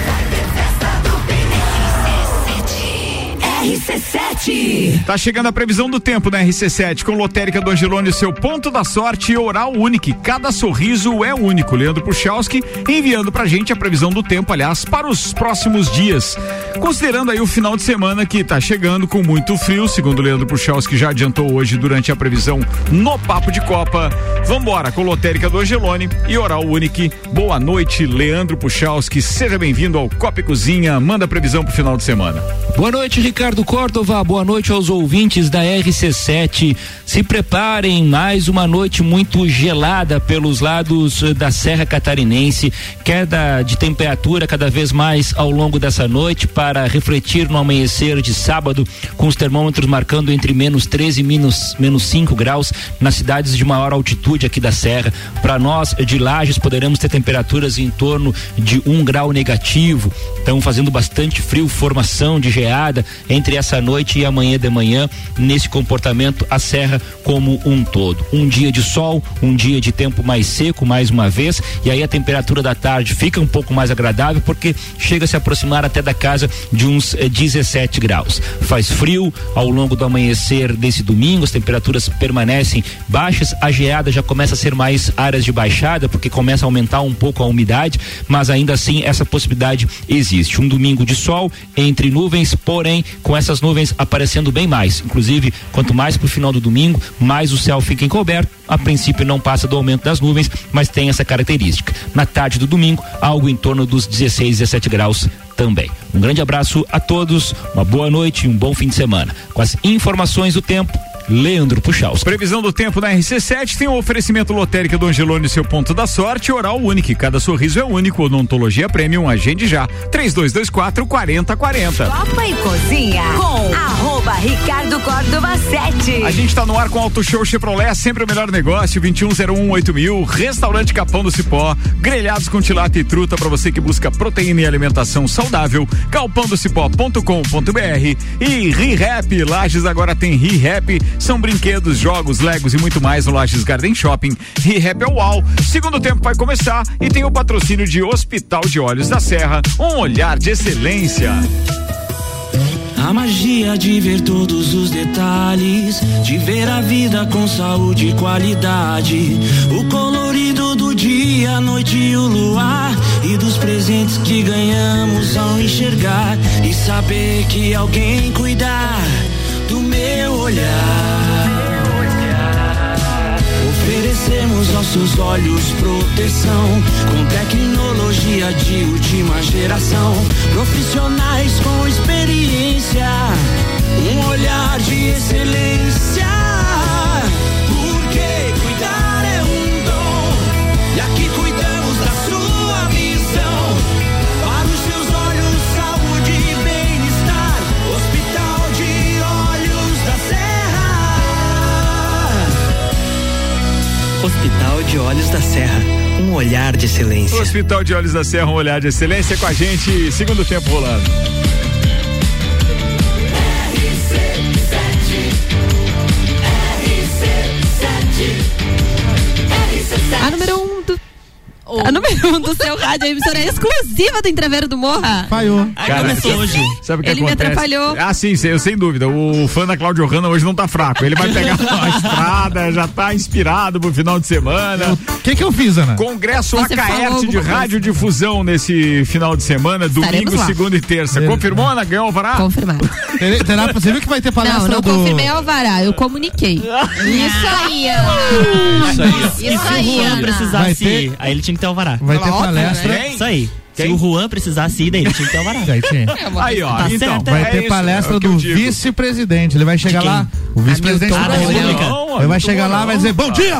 Speaker 2: R C sete.
Speaker 1: Tá chegando a previsão do tempo na R C sete com Lotérica do Angelone, seu ponto da sorte, e Oral Unique. Cada sorriso é único. Leandro Puchalski enviando pra gente a previsão do tempo, aliás, para os próximos dias. Considerando aí o final de semana que tá chegando com muito frio, segundo o Leandro Puchalski já adiantou hoje durante a previsão no Papo de Copa. Vambora com Lotérica do Angelone e Oral Unique. Boa noite, Leandro Puchalski. Seja bem-vindo ao Copa e Cozinha. Manda a previsão pro final de semana.
Speaker 13: Boa noite, Ricardo Córdova, boa noite aos ouvintes da R C sete. Se preparem, mais uma noite muito gelada pelos lados da Serra Catarinense, queda de temperatura cada vez mais ao longo dessa noite, para refletir no amanhecer de sábado, com os termômetros marcando entre menos treze e menos, menos cinco graus nas cidades de maior altitude aqui da Serra. Para nós de Lages poderemos ter temperaturas em torno de um grau negativo, então fazendo bastante frio, formação de geada entre essa noite e amanhã de manhã. Nesse comportamento, a serra como um todo, um dia de sol, um dia de tempo mais seco mais uma vez, e aí a temperatura da tarde fica um pouco mais agradável, porque chega a se aproximar até da casa de uns eh, dezessete graus. Faz frio ao longo do amanhecer desse domingo, as temperaturas permanecem baixas, a geada já começa a ser mais áreas de baixada, porque começa a aumentar um pouco a umidade, mas ainda assim essa possibilidade existe. Um domingo de sol entre nuvens, porém com essas nuvens aparecendo bem mais. Inclusive, quanto mais pro final do domingo, mais o céu fica encoberto. A princípio não passa do aumento das nuvens, mas tem essa característica. Na tarde do domingo, algo em torno dos dezesseis, dezessete graus também. Um grande abraço a todos, uma boa noite e um bom fim de semana. Com as informações do tempo, Leandro Puchalski.
Speaker 1: Previsão do tempo na R C sete tem o um oferecimento lotérica do Angelone, seu ponto da sorte, Oral Unique, cada sorriso é único, Odontologia Premium, agende já, três dois dois quatro, quatro zero quatro zero.
Speaker 9: Copa e Cozinha com arroba Ricardo Córdova sete.
Speaker 1: A gente tá no ar com Auto Show Chevrolet, sempre o melhor negócio, vinte e um zero um oito mil, Restaurante Capão do Cipó, grelhados com tilápia e truta pra você que busca proteína e alimentação saudável, galpão do cipó ponto com ponto br e ReHap, Lages agora tem ReHap, são brinquedos, jogos, legos e muito mais no Lages Garden Shopping. ReHap é o uau. Segundo tempo vai começar e tem o patrocínio de Hospital de Olhos da Serra, um olhar de excelência.
Speaker 14: A magia de ver todos os detalhes, de ver a vida com saúde e qualidade, o colorido do dia, a noite e o luar, e dos presentes que ganhamos ao enxergar e saber que alguém cuidar do meu olhar. Oferecemos aos seus olhos proteção, com tecnologia de última geração, profissionais com experiência, um olhar de excelência. Porque cuidar é um dom, e aqui cuidamos da sua visão. Para os seus olhos, saúde e bem-estar, Hospital de Olhos da Serra.
Speaker 15: Hospital de Olhos da Serra, um olhar de excelência.
Speaker 1: Hospital de Olhos da Serra, um olhar de excelência com a gente, segundo tempo rolando.
Speaker 5: A número um do... A número um do seu rádio, a emissora exclusiva do Entreveiro do Morra.
Speaker 7: Falhou.
Speaker 5: Cara, começou hoje.
Speaker 1: Sabe o que
Speaker 5: Ele
Speaker 1: acontece?
Speaker 5: me atrapalhou.
Speaker 1: Ah, sim, eu sem dúvida. O fã da Cláudio Hanna hoje não tá fraco. Ele vai pegar a estrada, já tá inspirado pro final de semana.
Speaker 7: O que que eu fiz, Ana?
Speaker 1: Congresso
Speaker 5: Você falou
Speaker 1: Acaerte de
Speaker 5: alguma coisa.
Speaker 1: radiodifusão nesse final de semana,
Speaker 5: Estaremos
Speaker 1: domingo,
Speaker 5: lá.
Speaker 1: segunda e terça.
Speaker 7: Beleza.
Speaker 1: Confirmou, Ana? Ganhou o alvará?
Speaker 5: Confirmado.
Speaker 7: Terá- terá- Você viu que vai ter palestra
Speaker 5: Não, não
Speaker 7: do...
Speaker 5: confirmei alvará, eu comuniquei.
Speaker 8: Isso aí, Ana.
Speaker 4: Isso aí, ó.
Speaker 8: Isso
Speaker 6: E se o
Speaker 8: aí,
Speaker 6: Juan
Speaker 8: Ana.
Speaker 6: precisasse
Speaker 7: Vai
Speaker 6: ir,
Speaker 7: ter-
Speaker 6: aí ele tinha que ter alvará.
Speaker 7: Vai ter
Speaker 1: Óbvio,
Speaker 7: palestra.
Speaker 1: né?
Speaker 6: Isso aí.
Speaker 1: Quem?
Speaker 6: Se o Juan precisasse ir, daí ele tinha que ter alvará.
Speaker 7: Aí, tinha.
Speaker 1: Aí, ó.
Speaker 6: Tá
Speaker 1: então,
Speaker 6: certo,
Speaker 7: Vai
Speaker 1: é
Speaker 7: ter
Speaker 1: isso,
Speaker 7: palestra
Speaker 1: é o que eu
Speaker 7: do
Speaker 1: digo.
Speaker 7: vice-presidente. Ele vai chegar
Speaker 6: quem?
Speaker 7: lá. O vice-presidente
Speaker 6: Hamilton
Speaker 7: da
Speaker 6: da
Speaker 7: República.
Speaker 6: República.
Speaker 7: Ele vai chegar lá e vai dizer bom dia!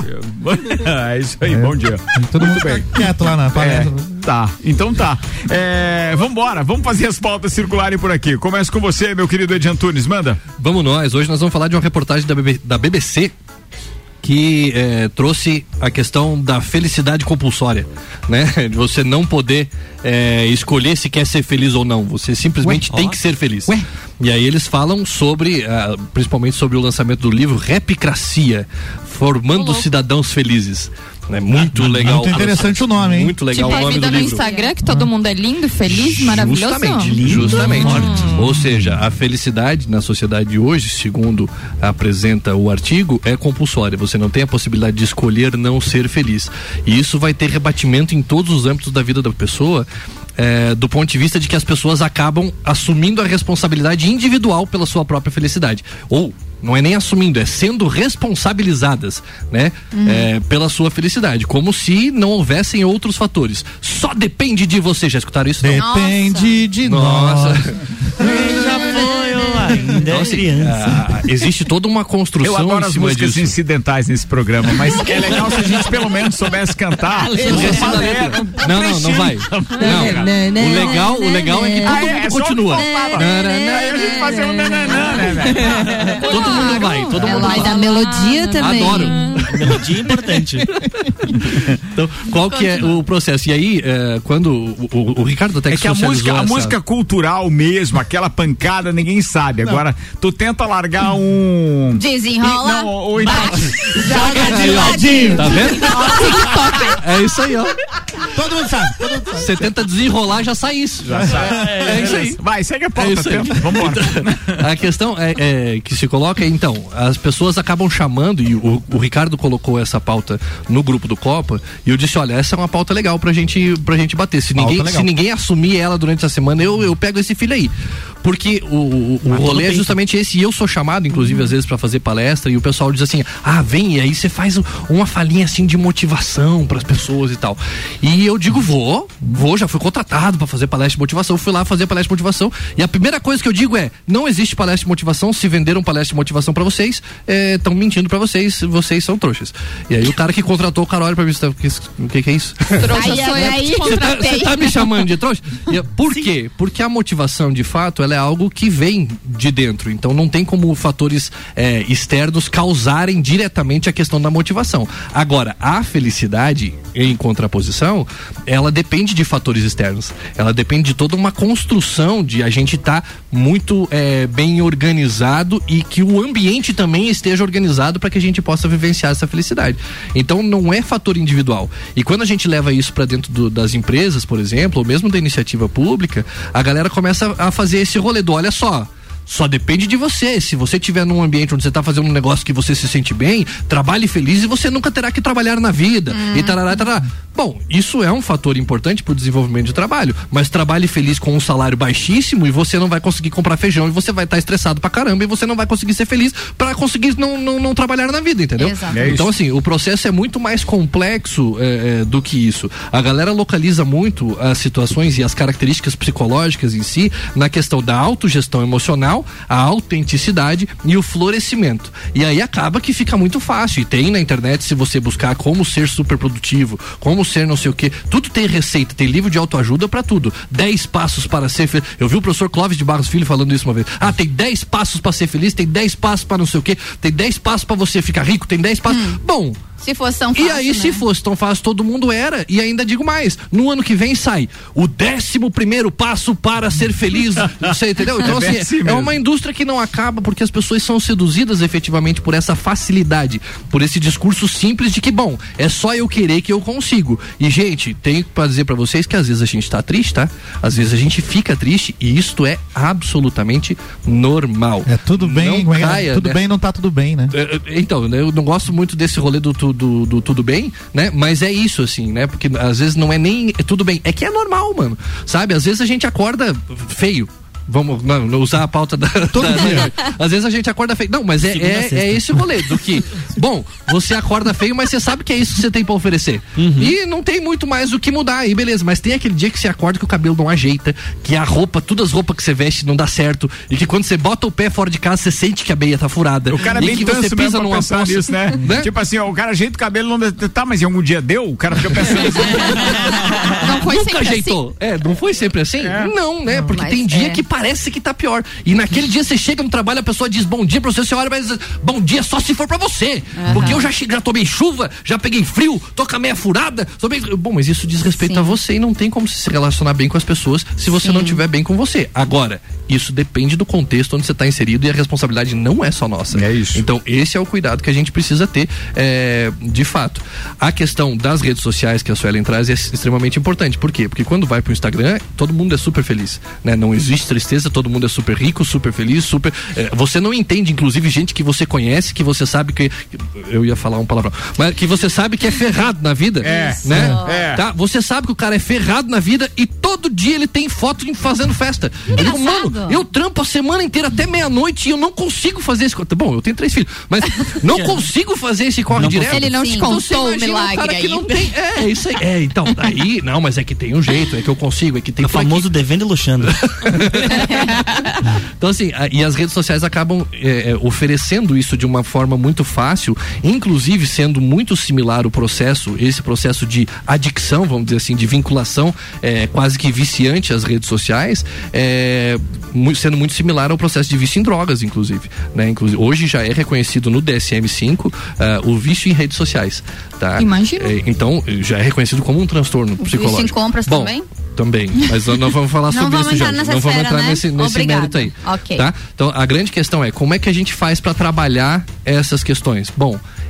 Speaker 1: É isso aí, bom dia.
Speaker 7: Todo mundo
Speaker 1: bem.
Speaker 7: fica quieto lá na
Speaker 1: É,
Speaker 7: palestra.
Speaker 1: tá, então tá. É, vambora, vamos fazer as pautas circularem por aqui. Começo com você, meu querido Edi Antunes, manda.
Speaker 4: Vamos nós, hoje nós vamos falar de uma reportagem da, B B, da B B C que eh, trouxe a questão da felicidade compulsória, né? De você não poder eh, escolher se quer ser feliz ou não, você simplesmente
Speaker 6: Ué?
Speaker 4: tem
Speaker 6: Ó.
Speaker 4: que ser feliz.
Speaker 6: Ué?
Speaker 4: E aí eles falam sobre, ah, principalmente sobre o lançamento do livro Rapcracia, Formando Cidadãos Felizes. É muito legal.
Speaker 7: Muito interessante o nome, hein?
Speaker 4: Muito legal
Speaker 8: Tipo
Speaker 4: o
Speaker 8: a
Speaker 4: nome
Speaker 8: vida
Speaker 4: do
Speaker 8: no
Speaker 4: livro.
Speaker 8: Instagram, que todo mundo é lindo, feliz, maravilhoso.
Speaker 4: Justamente, justamente. Ou seja, a felicidade na sociedade de hoje, segundo apresenta o artigo, é compulsória. Você não tem a possibilidade de escolher não ser feliz. E isso vai ter rebatimento em todos os âmbitos da vida da pessoa. É, do ponto de vista de que as pessoas acabam assumindo a responsabilidade individual pela sua própria felicidade. Ou, não é nem assumindo, é sendo responsabilizadas, né?
Speaker 8: Uhum.
Speaker 4: É, pela sua felicidade. Como se não houvessem outros fatores. Só depende de você. Já escutaram isso? Não?
Speaker 7: Depende de
Speaker 4: Nossa.
Speaker 7: nós.
Speaker 6: Já foi, ó, ainda
Speaker 4: Então,
Speaker 6: é
Speaker 4: assim,
Speaker 6: criança.
Speaker 4: ah, existe toda uma construção
Speaker 1: Eu adoro
Speaker 4: em
Speaker 1: as
Speaker 4: cima
Speaker 1: músicas
Speaker 4: disso.
Speaker 1: incidentais nesse programa, mas é legal se a gente pelo menos soubesse cantar.
Speaker 4: O resto da letra. Não, não, não vai. Não. O legal, o legal é que todo
Speaker 1: Ah, é,
Speaker 4: mundo
Speaker 1: é só
Speaker 4: continua.
Speaker 1: o que faltava. Aí a gente fazia um nananã, né, velho?
Speaker 4: Todo mundo vai, todo mundo
Speaker 5: Mas
Speaker 4: vai.
Speaker 5: da melodia também.
Speaker 4: Adoro.
Speaker 6: Melodia importante.
Speaker 4: Então, qual que é o processo? E aí, é, quando o, o, o Ricardo até que
Speaker 1: É que a
Speaker 4: socializou
Speaker 1: música, a
Speaker 4: essa-
Speaker 1: música cultural mesmo, aquela pancada, ninguém sabe. Agora, tu tenta largar um.
Speaker 8: Desenrola.
Speaker 1: Não, ou então.
Speaker 8: Joga de
Speaker 4: Aí, ó,
Speaker 8: ladinho.
Speaker 4: tá vendo? É isso aí, ó.
Speaker 7: Todo mundo sabe. Todo mundo sabe.
Speaker 4: Você tenta desenrolar, já sai isso. Já sai. É, isso aí.
Speaker 1: Vai, segue a
Speaker 4: É
Speaker 1: pauta.
Speaker 4: isso aí.
Speaker 1: tenta. Vambora.
Speaker 4: A questão é, é que se coloca é, então, as pessoas acabam chamando, e o, o Ricardo colocou essa pauta no grupo do Copa, e eu disse, olha, essa é uma pauta legal pra gente, pra gente bater. Se
Speaker 7: Pauta
Speaker 4: ninguém,
Speaker 7: legal.
Speaker 4: se ninguém assumir ela durante essa semana, eu, eu pego esse filho aí. porque o, o, o rolê é justamente esse, e eu sou chamado, inclusive, uhum. às vezes, pra fazer palestra, e o pessoal diz assim, ah, vem, e aí você faz uma falinha assim de motivação pras pessoas e tal. E eu digo, vou, vou, já fui contratado pra fazer palestra de motivação, fui lá fazer palestra de motivação, e a primeira coisa que eu digo é, não existe palestra de motivação, se venderam palestra de motivação pra vocês, estão é, mentindo pra vocês, vocês são trouxas. E aí o cara que contratou o cara olha pra mim, o que que é isso?
Speaker 8: Trouxa sou eu que
Speaker 4: Você tá, você tá me chamando de trouxa? E, por
Speaker 6: Sim.
Speaker 4: quê? Porque a motivação, de fato, ela é algo que vem de dentro, então não tem como fatores é, externos causarem diretamente a questão da motivação. Agora, a felicidade, em contraposição, ela depende de fatores externos, ela depende de toda uma construção de a gente estar tá muito é, bem organizado e que o ambiente também esteja organizado para que a gente possa vivenciar essa felicidade. Então não é fator individual. E quando a gente leva isso para dentro do, das empresas, por exemplo, ou mesmo da iniciativa pública, a galera começa a fazer esse rolê do, olha só, só depende de você. Se você estiver num ambiente onde você está fazendo um negócio que você se sente bem, trabalhe feliz e você nunca terá que trabalhar na vida. Hum. E tarará, tarará. Bom, isso é um fator importante para o desenvolvimento de trabalho, mas trabalhe feliz com um salário baixíssimo e você não vai conseguir comprar feijão e você vai estar tá estressado pra caramba e você não vai conseguir ser feliz para conseguir não, não, não trabalhar na vida, entendeu?
Speaker 1: É
Speaker 4: então assim, o processo é muito mais complexo é, é, do que isso. A galera localiza muito as situações e as características psicológicas em si na questão da autogestão emocional, a autenticidade e o florescimento. E aí acaba que fica muito fácil. E tem na internet, se você buscar como ser super produtivo, como ser não sei o que, tudo tem receita, tem livro de autoajuda pra tudo. dez passos para ser feliz. Eu vi o professor Clóvis de Barros Filho falando isso uma vez. Ah, tem dez passos para ser feliz, tem dez passos para não sei o que, tem dez passos para você ficar rico, tem dez passos. Hum. Bom,
Speaker 8: se fosse tão fácil,
Speaker 4: e aí,
Speaker 8: né?
Speaker 4: se fosse tão fácil, todo mundo era. E ainda digo mais, no ano que vem sai o décimo primeiro passo para ser feliz. Você entendeu? Então,
Speaker 1: é,
Speaker 4: assim,
Speaker 1: assim
Speaker 4: é uma indústria que não acaba porque as pessoas são seduzidas efetivamente por essa facilidade, por esse discurso simples de que, bom, é só eu querer que eu consigo. E, gente, tenho pra dizer pra vocês que às vezes a gente tá triste, tá? Às vezes a gente fica triste e isto é absolutamente normal.
Speaker 7: É tudo bem,
Speaker 4: não caia,
Speaker 7: tudo
Speaker 4: né?
Speaker 7: bem, não tá tudo bem, né?
Speaker 4: Então, eu não gosto muito desse rolê do, do, do, do tudo bem, né? Mas é isso, assim, né? Porque às vezes não é nem é tudo bem, é que é normal, mano, sabe? Às vezes a gente acorda feio. Vamos não, não usar a pauta da, da, da. Às vezes a gente acorda feio. Não, mas é, é, é esse rolê do que, bom, você acorda feio, mas você sabe que é isso que você tem pra oferecer. Uhum. E não tem muito mais o que mudar aí, beleza. Mas tem aquele dia que você acorda que o cabelo não ajeita, que a roupa, todas as roupas que você veste não dá certo. E que quando você bota o pé fora de casa, você sente que a meia tá furada.
Speaker 1: O cara é
Speaker 4: e
Speaker 1: bem
Speaker 4: que
Speaker 1: tanso
Speaker 4: você
Speaker 1: mesmo
Speaker 4: pisa
Speaker 1: pra
Speaker 4: numa
Speaker 1: pensar
Speaker 4: poça,
Speaker 1: nisso, né?
Speaker 4: né?
Speaker 1: Tipo assim, ó, o cara ajeita o cabelo, não tá, mas em algum dia deu? O cara fica pensando assim.
Speaker 8: Não foi
Speaker 4: Nunca
Speaker 8: sempre
Speaker 4: ajeitou.
Speaker 8: assim.
Speaker 4: É, não foi sempre assim?
Speaker 1: É.
Speaker 4: Não, né?
Speaker 8: Não,
Speaker 4: porque
Speaker 8: mas
Speaker 4: tem dia
Speaker 8: é.
Speaker 4: que parece que tá pior. E naquele dia você chega no trabalho, a pessoa diz bom dia pra você, você olha, mas bom dia só se for pra você. Uhum. Porque eu já, já tomei chuva, já peguei frio, tô com a meia furada. Tô bem... Bom, mas isso diz respeito Sim. a você e não tem como se relacionar bem com as pessoas se você Sim. não estiver bem com você. Agora, isso depende do contexto onde você está inserido e a responsabilidade não é só nossa.
Speaker 1: É isso.
Speaker 4: Então, esse é o cuidado que a gente precisa ter, é, de fato. A questão das redes sociais que a Suelen traz é extremamente importante. Por quê? Porque quando vai pro Instagram, todo mundo é super feliz, né? Não existe tristeza, todo mundo é super rico, super feliz, super... É, você não entende, inclusive, gente que você conhece, que você sabe que... Eu ia falar um palavrão. Mas que você sabe que é ferrado na vida,
Speaker 1: é,
Speaker 4: né?
Speaker 1: É.
Speaker 4: Tá? Você sabe que o cara é ferrado na vida e todo dia ele tem foto fazendo festa. Eu digo, mano, eu trampo a semana inteira até meia-noite e eu não consigo fazer esse... Bom, eu tenho três filhos, mas não consigo fazer esse corre
Speaker 8: não
Speaker 4: direto.
Speaker 8: Ele não te
Speaker 4: então,
Speaker 8: contou o milagre
Speaker 4: um cara
Speaker 8: aí.
Speaker 4: que não tem... É, isso aí. É, então, daí... Não, mas é que tem um jeito, é que eu consigo, é que tem...
Speaker 6: O famoso devendo e luxando.
Speaker 4: Então, assim, a, e as redes sociais acabam é, é, oferecendo isso de uma forma muito fácil, inclusive sendo muito similar o processo, esse processo de adicção, vamos dizer assim, de vinculação é, quase que viciante às redes sociais, é, muito, sendo muito similar ao processo de vício em drogas, inclusive, né? Inclusive hoje já é reconhecido no D S M cinco uh, o vício em redes sociais, tá?
Speaker 8: Imagina.
Speaker 4: É, então, já é reconhecido como um transtorno
Speaker 8: o
Speaker 4: psicológico.
Speaker 8: Vício em compras
Speaker 4: Bom,
Speaker 8: também?
Speaker 4: Também, mas nós vamos falar
Speaker 8: não
Speaker 4: sobre
Speaker 8: vamos
Speaker 4: isso já.
Speaker 8: Não
Speaker 4: vamos
Speaker 8: esfera,
Speaker 4: entrar
Speaker 8: né?
Speaker 4: nesse, nesse mérito aí.
Speaker 8: Okay.
Speaker 4: Tá? Então, a grande questão é como é que a gente faz para trabalhar essas questões? Bom,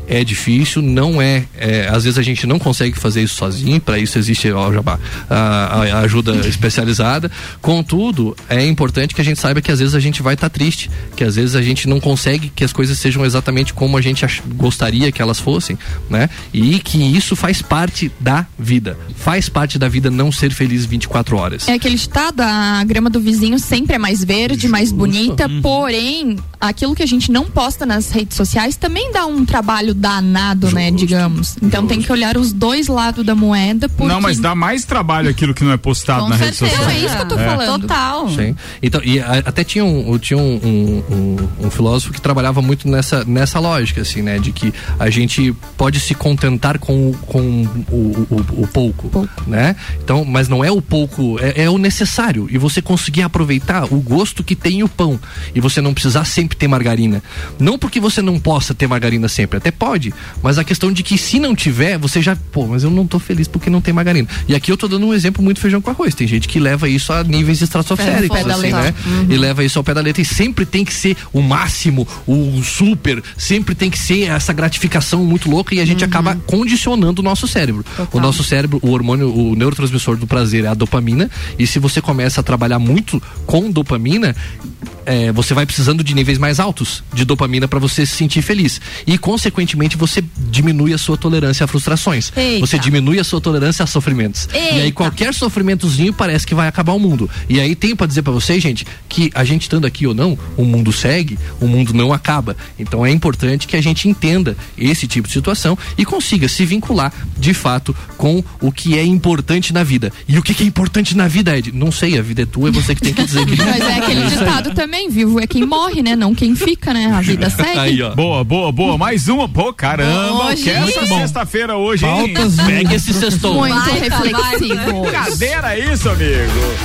Speaker 4: é difícil, não é, é às vezes a gente não consegue fazer isso sozinho, para isso existe ó, jabá, a, a, a ajuda especializada. Contudo, é importante que a gente saiba que às vezes a gente vai estar tá triste, que às vezes a gente não consegue que as coisas sejam exatamente como a gente ach, gostaria que elas fossem, né? E que isso faz parte da vida, faz parte da vida não ser feliz vinte e quatro horas.
Speaker 16: É aquele ditado, a grama do vizinho sempre é mais verde, mais bonita, uhum. Porém, aquilo que a gente não posta nas redes sociais também dá um trabalho danado, Justo. né, digamos. Então Justo. tem que olhar os dois lados da moeda. Porque...
Speaker 1: Não, mas dá mais trabalho aquilo que não é postado
Speaker 16: Com
Speaker 1: na
Speaker 16: certeza.
Speaker 1: rede social.
Speaker 16: É isso que eu tô é. falando. Total.
Speaker 4: Sim. Então, e a, até tinha, um, tinha um, um, um, um filósofo que trabalhava muito nessa, nessa lógica, assim, né, de que a gente pode se contentar com, com o, o, o pouco, pouco, né? Então, mas não é o pouco, é, é o necessário. E você conseguir aproveitar o gosto que tem o pão. E você não precisar sempre ter margarina. Não porque você não possa ter margarina sempre, até pode, mas a questão de que se não tiver, você já, pô, mas eu não tô feliz porque não tem margarina. E aqui eu tô dando um exemplo muito feijão com arroz. Tem gente que leva isso a níveis estratosféricos, é, assim, né? Uhum. E leva isso ao pé da letra. E sempre tem que ser o máximo, o super, sempre tem que ser essa gratificação muito louca, e a gente uhum. acaba condicionando o nosso cérebro. Total. O nosso cérebro, o hormônio, o neurotransmissor do prazer é a dopamina, e se você começa a trabalhar muito com dopamina, é, você vai precisando de níveis mais altos de dopamina para você se sentir feliz. E, consequentemente, você diminui a sua tolerância a frustrações. Eita. Você diminui a sua tolerância a sofrimentos. Eita. E aí, qualquer sofrimentozinho parece que vai acabar o mundo. E aí, tenho para dizer para vocês, gente, que a gente estando aqui ou não, o mundo segue, o mundo não acaba. Então, é importante que a gente entenda esse tipo de situação e consiga se vincular, de fato, com o que é importante na vida. E o que, que é importante na vida, Ed? Não sei, a vida é tua, é você que tem que dizer. Que...
Speaker 16: Mas é aquele ditado também, vivo é quem morre, né? Não quem fica, né? A vida segue. Aí,
Speaker 1: ó. Boa, boa, boa. Mais uma. Pô, caramba. Hoje, que é essa sexta-feira hoje, hein?
Speaker 4: Pega esse sextou.
Speaker 16: Muito vai, reflexivo.
Speaker 1: Brincadeira isso, amigo.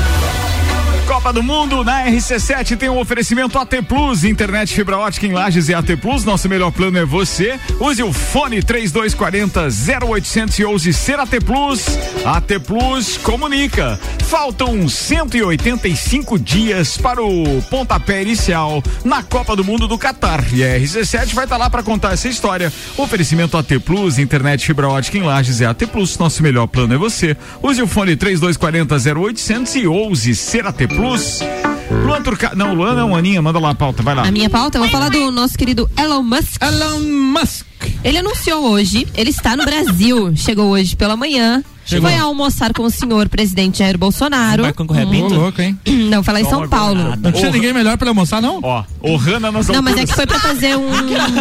Speaker 1: Copa do Mundo na R C sete tem um oferecimento A T Plus, internet fibra ótica em Lages e A T Plus. Nosso melhor plano é você. Use o fone trinta e dois quarenta, zero oitocentos e ouse ser A T Plus. A T Plus comunica. Faltam cento e oitenta e cinco dias para o pontapé inicial na Copa do Mundo do Catar. E a R C sete vai estar tá lá para contar essa história. Oferecimento A T Plus, internet fibra ótica em Lages e A T Plus. Nosso melhor plano é você. Use o fone trinta e dois quarenta, zero oitocentos e ouse ser A T Plus. Plus. Luan Turcati. Não, Luan não, Aninha, manda lá a pauta, vai lá.
Speaker 5: A minha pauta, eu vou falar do nosso querido Elon Musk.
Speaker 1: Elon Musk.
Speaker 5: Ele anunciou hoje, ele está no Brasil, chegou hoje pela manhã. Chegou. Foi almoçar com o senhor presidente Jair Bolsonaro.
Speaker 6: Vai concorrer a Pinto?
Speaker 5: Hum. louco, hein? Não, foi lá em São Paulo.
Speaker 7: Não tinha ninguém melhor pra almoçar, não?
Speaker 1: Ó, o Hanna nas
Speaker 5: Não, mas é que foi pra fazer uns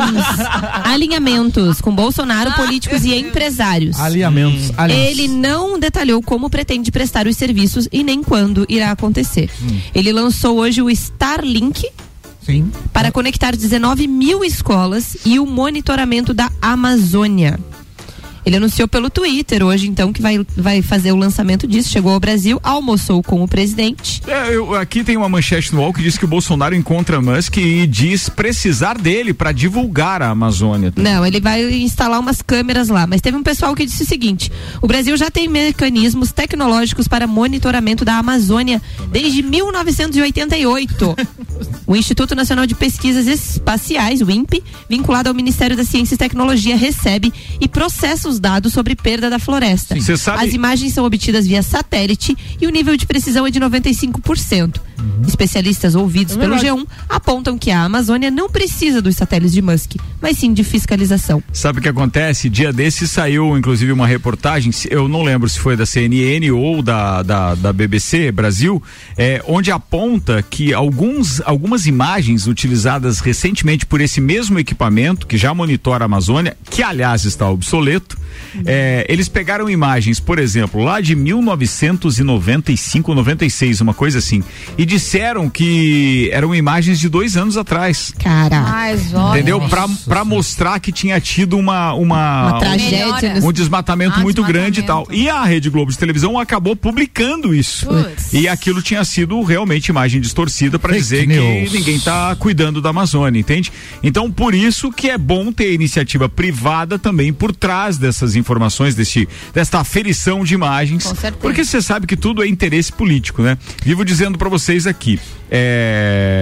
Speaker 5: alinhamentos com Bolsonaro, políticos e empresários.
Speaker 7: Alinhamentos.
Speaker 5: Hum. Ele não detalhou como pretende prestar os serviços e nem quando irá acontecer. Hum. Ele lançou hoje o Starlink.
Speaker 7: Sim.
Speaker 5: Para conectar dezenove mil escolas e o monitoramento da Amazônia. Ele anunciou pelo Twitter hoje, então, que vai, vai fazer o lançamento disso. Chegou ao Brasil, almoçou com o presidente.
Speaker 1: É, eu, aqui tem uma manchete no U O L que diz que o Bolsonaro encontra Musk e diz precisar dele para divulgar a Amazônia.
Speaker 5: Não, ele vai instalar umas câmeras lá. Mas teve um pessoal que disse o seguinte: o Brasil já tem mecanismos tecnológicos para monitoramento da Amazônia desde mil novecentos e oitenta e oito. O Instituto Nacional de Pesquisas Espaciais, o INPE, vinculado ao Ministério da Ciência e Tecnologia, recebe e processa os dados sobre perda da floresta.
Speaker 1: Sim, sabe...
Speaker 5: As imagens são obtidas via satélite e o nível de precisão é de noventa e cinco por cento. Uhum. Especialistas ouvidos é pelo G um apontam que a Amazônia não precisa dos satélites de Musk, mas sim de fiscalização.
Speaker 1: Sabe o que acontece? Dia desse saiu, inclusive, uma reportagem, eu não lembro se foi da C N N ou da, da, da B B C Brasil, é, onde aponta que alguns, algumas imagens utilizadas recentemente por esse mesmo equipamento, que já monitora a Amazônia, que aliás está obsoleto, É, eles pegaram imagens, por exemplo, lá de mil novecentos e noventa e cinco, noventa e seis, uma coisa assim, e disseram que eram imagens de dois anos atrás.
Speaker 5: Caraca.
Speaker 1: Entendeu? Pra, pra mostrar que tinha tido uma uma,
Speaker 5: uma tragédia,
Speaker 1: um, um desmatamento ah, muito desmatamento. grande e tal. E a Rede Globo de televisão acabou publicando isso. Puts. E aquilo tinha sido realmente imagem distorcida para dizer news. que ninguém tá cuidando da Amazônia, entende? Então, por isso que é bom ter iniciativa privada também por trás dessas informações, desse, desta aferição de imagens, porque você sabe que tudo é interesse político, né? Vivo dizendo para vocês aqui, é,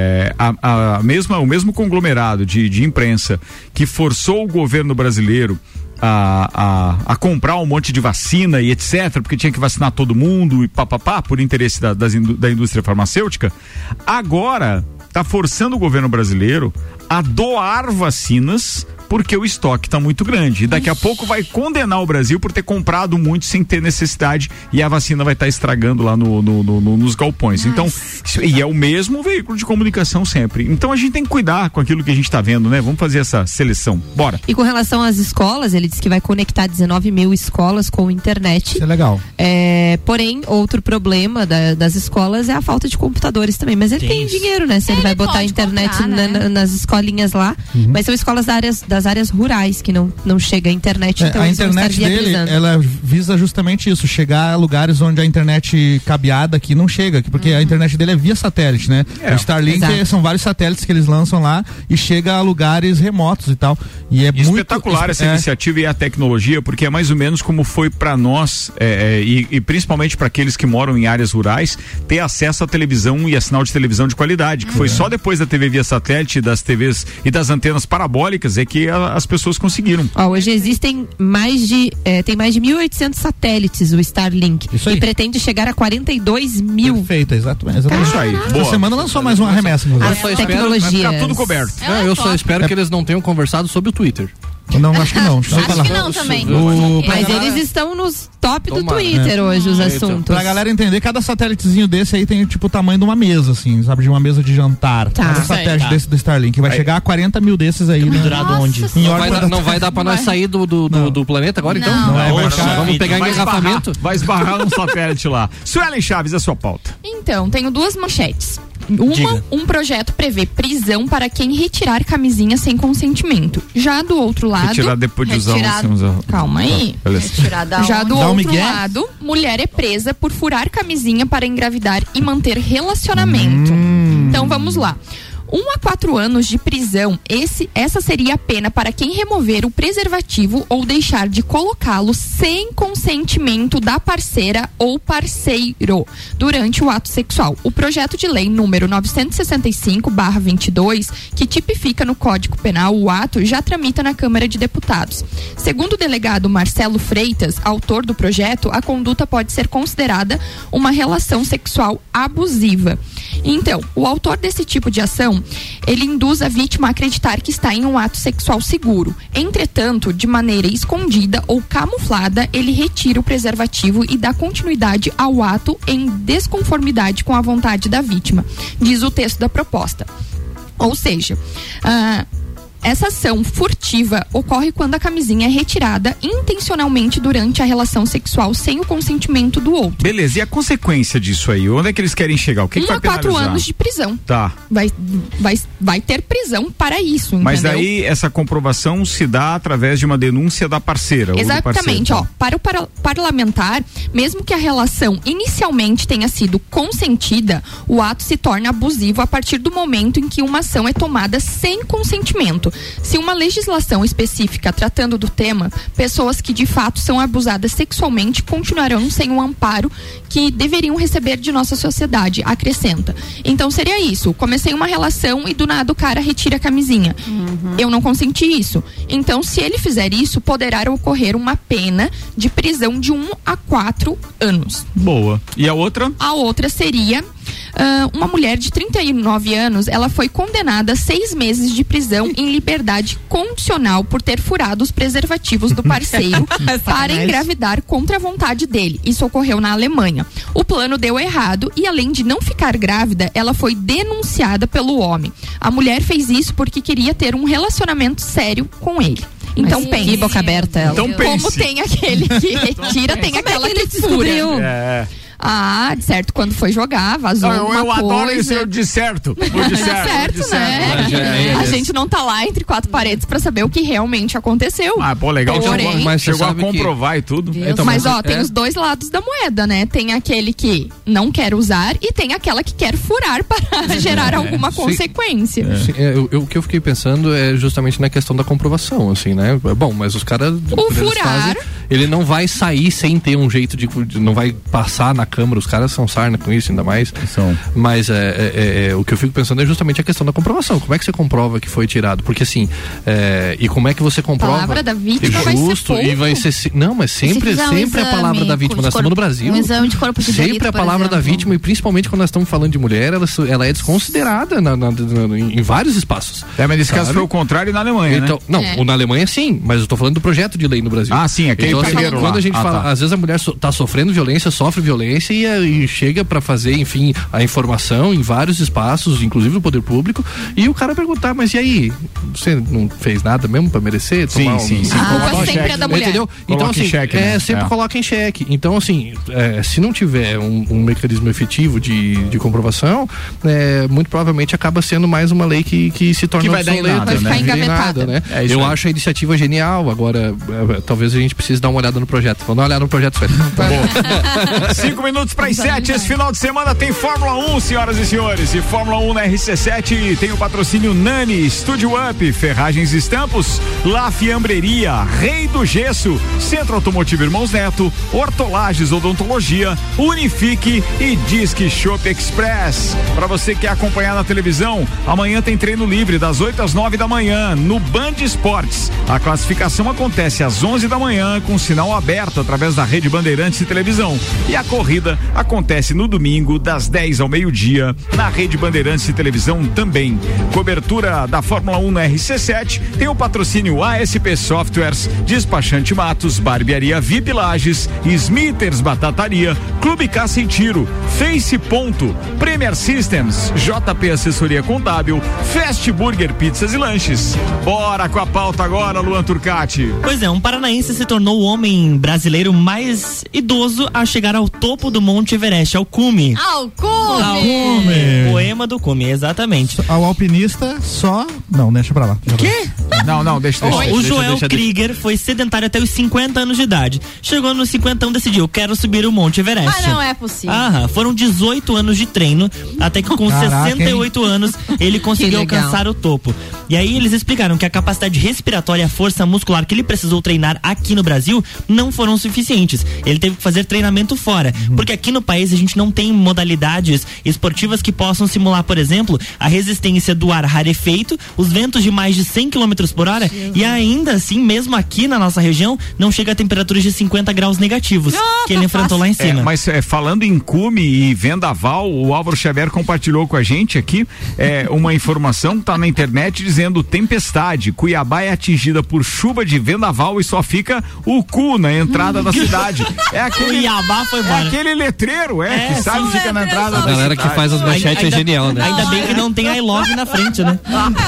Speaker 1: a, a mesma, o mesmo conglomerado de, de imprensa que forçou o governo brasileiro A, a, a comprar um monte de vacina e etcétera, porque tinha que vacinar todo mundo e papapá, por interesse da, das, da indústria farmacêutica, agora está forçando o governo brasileiro a doar vacinas porque o estoque está muito grande. E daqui a pouco vai condenar o Brasil por ter comprado muito sem ter necessidade e a vacina vai estar tá estragando lá no, no, no, no, nos galpões. Então, e é o mesmo veículo de comunicação sempre. Então a gente tem que cuidar com aquilo que a gente está vendo, né? Vamos fazer essa seleção. Bora.
Speaker 5: E com relação às escolas, ele disse que vai conectar dezenove mil escolas com internet.
Speaker 7: Isso é legal.
Speaker 5: É, porém, outro problema da, das escolas é a falta de computadores também. Mas ele tem, tem dinheiro, né? Se ele, ele vai botar a internet comprar, na, né? nas escolinhas lá. Uhum. Mas são escolas da áreas, das áreas rurais que não, não chega a internet.
Speaker 7: É,
Speaker 5: então
Speaker 7: a internet dele, ela visa justamente isso, chegar a lugares onde a internet cabeada aqui não chega, porque uhum. a internet dele é via satélite, né? É. O Starlink é, são vários satélites que eles lançam lá e chega a lugares remotos e tal. E é
Speaker 1: e
Speaker 7: muito
Speaker 1: espetacular essa é. iniciativa e a tecnologia, porque é mais ou menos como foi para nós é, é, e, e principalmente para aqueles que moram em áreas rurais, ter acesso à televisão e a sinal de televisão de qualidade, que uhum. foi só depois da T V via satélite, das T Vs e das antenas parabólicas é que a, as pessoas conseguiram.
Speaker 5: Ó, hoje existem mais de é, tem mais de mil e oitocentos satélites o Starlink e pretende chegar a quarenta e dois mil.
Speaker 7: Perfeito, exatamente. exatamente.
Speaker 1: Isso aí.
Speaker 7: Essa semana lançou mais uma remessa.
Speaker 5: A tecnologia.
Speaker 1: Vai ficar tudo coberto.
Speaker 4: Não, eu só espero é. que eles não tenham conversado sobre o Twitter.
Speaker 7: Não, acho que não.
Speaker 8: Acho que não também.
Speaker 7: O,
Speaker 5: Mas
Speaker 7: galera...
Speaker 5: eles estão nos top do
Speaker 4: Tomara,
Speaker 5: Twitter
Speaker 4: né?
Speaker 5: hoje, os
Speaker 4: Eita.
Speaker 5: assuntos.
Speaker 7: Pra galera entender, cada satélitezinho desse aí tem tipo o tamanho de uma mesa, assim, sabe? De uma mesa de jantar.
Speaker 5: Tá.
Speaker 7: Cada satélite tá. desse do Starlink. Vai aí. chegar a quarenta mil desses aí.
Speaker 6: Pendurado onde?
Speaker 4: Não vai, da, não vai dar pra nós sair do, do, do, do planeta agora,
Speaker 8: não.
Speaker 4: então?
Speaker 7: Não, é, vai
Speaker 4: Oxa, vamos pegar
Speaker 1: vai
Speaker 4: engarrafamento.
Speaker 1: Esbarrar, vai esbarrar num satélite lá. Suelen Chaves, a sua pauta.
Speaker 16: Então, tenho duas manchetes. Uma,
Speaker 6: Diga.
Speaker 16: um projeto prevê prisão para quem retirar camisinha sem consentimento. Já do outro lado...
Speaker 1: Retirar depois de usar
Speaker 16: retirado,
Speaker 1: um, usar...
Speaker 16: Calma aí.
Speaker 1: Ah,
Speaker 8: Retirada
Speaker 16: Já do
Speaker 7: Dá um
Speaker 16: outro
Speaker 7: migué?
Speaker 16: lado, mulher é presa por furar camisinha para engravidar e manter relacionamento.
Speaker 7: Hum.
Speaker 16: Então vamos lá. Um a quatro anos de prisão, esse, essa seria a pena para quem remover o preservativo ou deixar de colocá-lo sem consentimento da parceira ou parceiro durante o ato sexual. O projeto de lei número novecentos e sessenta e cinco barra vinte e dois, que tipifica no Código Penal o ato, já tramita na Câmara de Deputados. Segundo o delegado Marcelo Freitas, autor do projeto, a conduta pode ser considerada uma relação sexual abusiva. Então, o autor desse tipo de ação, ele induz a vítima a acreditar que está em um ato sexual seguro. Entretanto, de maneira escondida ou camuflada, ele retira o preservativo e dá continuidade ao ato em desconformidade com a vontade da vítima, diz o texto da proposta. Ou seja, ah, essa ação furtiva ocorre quando a camisinha é retirada intencionalmente durante a relação sexual sem o consentimento do outro.
Speaker 1: Beleza, e a consequência disso aí? Onde é que eles querem chegar? O que,
Speaker 16: um
Speaker 1: que vai
Speaker 16: a quatro
Speaker 1: penalizar?
Speaker 16: anos de prisão.
Speaker 1: Tá.
Speaker 16: Vai, vai, vai ter prisão para isso,
Speaker 1: Mas
Speaker 16: entendeu?
Speaker 1: daí essa comprovação se dá através de uma denúncia da parceira.
Speaker 16: Exatamente,
Speaker 1: ou do
Speaker 16: ó. Para o par- parlamentar, mesmo que a relação inicialmente tenha sido consentida, o ato se torna abusivo a partir do momento em que uma ação é tomada sem consentimento. Se uma legislação específica tratando do tema, pessoas que de fato são abusadas sexualmente continuarão sem o amparo que deveriam receber de nossa sociedade, acrescenta. Então seria isso, comecei uma relação e do nada o cara retira a camisinha. Uhum. Eu não consenti isso. Então, se ele fizer isso, poderá ocorrer uma pena de prisão de um a quatro anos.
Speaker 1: Boa. E a outra?
Speaker 16: A outra seria uh, uma mulher de trinta e nove anos, ela foi condenada a seis meses de prisão em liberdade condicional por ter furado os preservativos do parceiro para engravidar contra a vontade dele. Isso ocorreu na Alemanha. O plano deu errado e, além de não ficar grávida, ela foi denunciada pelo homem. A mulher fez isso porque queria ter um relacionamento sério com ele. Então pense.
Speaker 5: Que boca aberta ela.
Speaker 1: Então pense.
Speaker 16: Como tem aquele que retira, tem aquela
Speaker 5: Como é que ele
Speaker 16: que fura.
Speaker 5: descobriu?
Speaker 1: É.
Speaker 16: Ah, de certo, quando foi jogar, vazou
Speaker 1: Não, eu,
Speaker 16: uma
Speaker 1: eu
Speaker 16: coisa.
Speaker 1: adoro isso, eu de certo. Eu de certo,
Speaker 16: certo,
Speaker 1: de certo.
Speaker 16: né? A gente não tá lá entre quatro paredes pra saber o que realmente aconteceu.
Speaker 1: Ah, pô, legal.
Speaker 16: Porém,
Speaker 1: chegou
Speaker 4: mas
Speaker 1: chegou a
Speaker 4: sabe que-
Speaker 1: comprovar e tudo.
Speaker 4: Então,
Speaker 16: mas ó,
Speaker 4: é-
Speaker 16: tem os dois lados da moeda, né? Tem aquele que não quer usar e tem aquela que quer furar para gerar alguma
Speaker 4: Sim.
Speaker 16: consequência.
Speaker 4: Sim, é, eu- eu- o que eu fiquei pensando é justamente na questão da comprovação, assim, né? Bom, mas os caras.
Speaker 16: O
Speaker 4: eles
Speaker 16: furar
Speaker 4: fazem, ele não vai sair sem ter um jeito de, não vai passar na câmara, os caras são sarna com isso ainda mais,
Speaker 1: são.
Speaker 4: Mas é, é, é, o que eu fico pensando é justamente a questão da comprovação, como é que você comprova que foi tirado, porque assim, é, e como é que você comprova?
Speaker 16: A palavra da vítima vai
Speaker 4: justo,
Speaker 16: ser
Speaker 4: e vai ser, não, mas sempre, sempre um a palavra da vítima, nós estamos no Brasil,
Speaker 8: um exame de corpo de
Speaker 4: sempre
Speaker 8: delito,
Speaker 4: a palavra da vítima, e principalmente quando nós estamos falando de mulher, ela, ela é desconsiderada na, na, na, em vários espaços.
Speaker 1: É, mas nesse
Speaker 4: sabe?
Speaker 1: caso foi o contrário na Alemanha,
Speaker 4: então,
Speaker 1: né?
Speaker 4: Não,
Speaker 1: é.
Speaker 4: o na Alemanha sim, mas eu tô falando do projeto de lei no Brasil.
Speaker 1: Ah, sim, aquele
Speaker 4: então,
Speaker 1: primeiro
Speaker 4: assim,
Speaker 1: lá.
Speaker 4: Quando a gente
Speaker 1: ah,
Speaker 4: fala,
Speaker 1: tá.
Speaker 4: às vezes a mulher so, tá sofrendo violência, sofre violência e, e chega pra fazer, enfim, a informação em vários espaços, inclusive no poder público, e o cara perguntar, mas e aí, você não fez nada mesmo pra merecer?
Speaker 1: Sim,
Speaker 4: tomar
Speaker 1: sim,
Speaker 4: um...
Speaker 1: sim.
Speaker 16: Ah, mas sempre é da mulher.
Speaker 4: Entendeu? Então,
Speaker 1: Coloca
Speaker 4: assim,
Speaker 1: em xeque,
Speaker 4: é,
Speaker 1: né?
Speaker 4: sempre
Speaker 1: É.
Speaker 4: coloca em xeque. Então, assim, é, se não tiver um, um mecanismo efetivo de, de comprovação, é, muito provavelmente acaba sendo mais uma lei que, que se torna
Speaker 1: que vai dar em
Speaker 4: obsoleta,
Speaker 1: nada,
Speaker 4: né?
Speaker 1: né?
Speaker 16: Vai ficar engavetada.
Speaker 4: Nada, né?
Speaker 1: É isso
Speaker 4: eu
Speaker 1: aí.
Speaker 4: acho a iniciativa genial, agora é, talvez a gente precise dar uma olhada no projeto. Vamos dar uma olhada no projeto, Fred.
Speaker 1: Tá bom. Cinco minutos para as sete. Esse final de semana tem Fórmula um, senhoras e senhores. E Fórmula um na R C sete tem o patrocínio Nani, Studio Up, Ferragens e Estampos, La Fiambreria, Rei do Gesso, Centro Automotivo Irmãos Neto, Hortolagens Odontologia, Unifique e Disque Shop Express. Para você que quer acompanhar na televisão, amanhã tem treino livre das oito às nove da manhã no Band Esportes. A classificação acontece às onze da manhã com sinal aberto através da Rede Bandeirantes e Televisão. E a corrida acontece no domingo das dez ao meio-dia na Rede Bandeirantes e Televisão também. Cobertura da Fórmula um na R C sete tem o patrocínio A S P Softwares, Despachante Matos, Barbearia V I P Lages, Smithers Batataria, Clube Caça e Tiro, Face Ponto, Premier Systems, J P Assessoria Contábil, Fast Burger Pizzas e Lanches. Bora com a pauta agora, Luan Turcati.
Speaker 6: Pois é, um paranaense se tornou o homem brasileiro mais idoso a chegar ao topo do Monte Everest, ao cume.
Speaker 8: Ao cume!
Speaker 6: Ao cume! Poema do cume, exatamente.
Speaker 7: Ao alpinista só... Não, deixa pra lá.
Speaker 6: Quê?
Speaker 1: Não, não, deixa, deixa.
Speaker 6: O
Speaker 1: deixa,
Speaker 6: Joel
Speaker 1: deixa,
Speaker 6: Krieger deixa. foi sedentário até os cinquenta anos de idade. Chegou nos cinquenta e decidiu, quero subir o Monte Everest.
Speaker 8: Mas não é possível.
Speaker 6: Aham, foram dezoito anos de treino, até que com
Speaker 7: Caraca,
Speaker 6: sessenta e oito
Speaker 7: hein?
Speaker 6: anos ele conseguiu alcançar o topo. E aí eles explicaram que a capacidade respiratória e a força muscular que ele precisou treinar aqui no Brasil não foram suficientes. Ele teve que fazer treinamento fora, uhum. porque aqui no país a gente não tem modalidades esportivas que possam simular, por exemplo, a resistência do ar rarefeito, os ventos de mais de cem quilômetros por hora, Sim. e ainda assim, mesmo aqui na nossa região, não chega a temperaturas de cinquenta graus negativos, oh, que ele enfrentou lá em cima.
Speaker 1: É, mas é, falando em cume e vendaval, o Álvaro Xavier compartilhou com a gente aqui é, uma informação que tá na internet dizendo tempestade, Cuiabá é atingida por chuva de vendaval e só fica o cu na entrada da cidade. É aquele,
Speaker 6: Cuiabá foi embora.
Speaker 1: É aquele letreiro, é,
Speaker 6: é
Speaker 1: que sabe, fica
Speaker 6: é,
Speaker 1: na entrada
Speaker 4: a
Speaker 1: da
Speaker 4: galera
Speaker 1: cidade.
Speaker 4: que faz as manchetes
Speaker 6: ainda,
Speaker 4: é genial, né?
Speaker 6: Ainda bem que não tem I love na frente, né?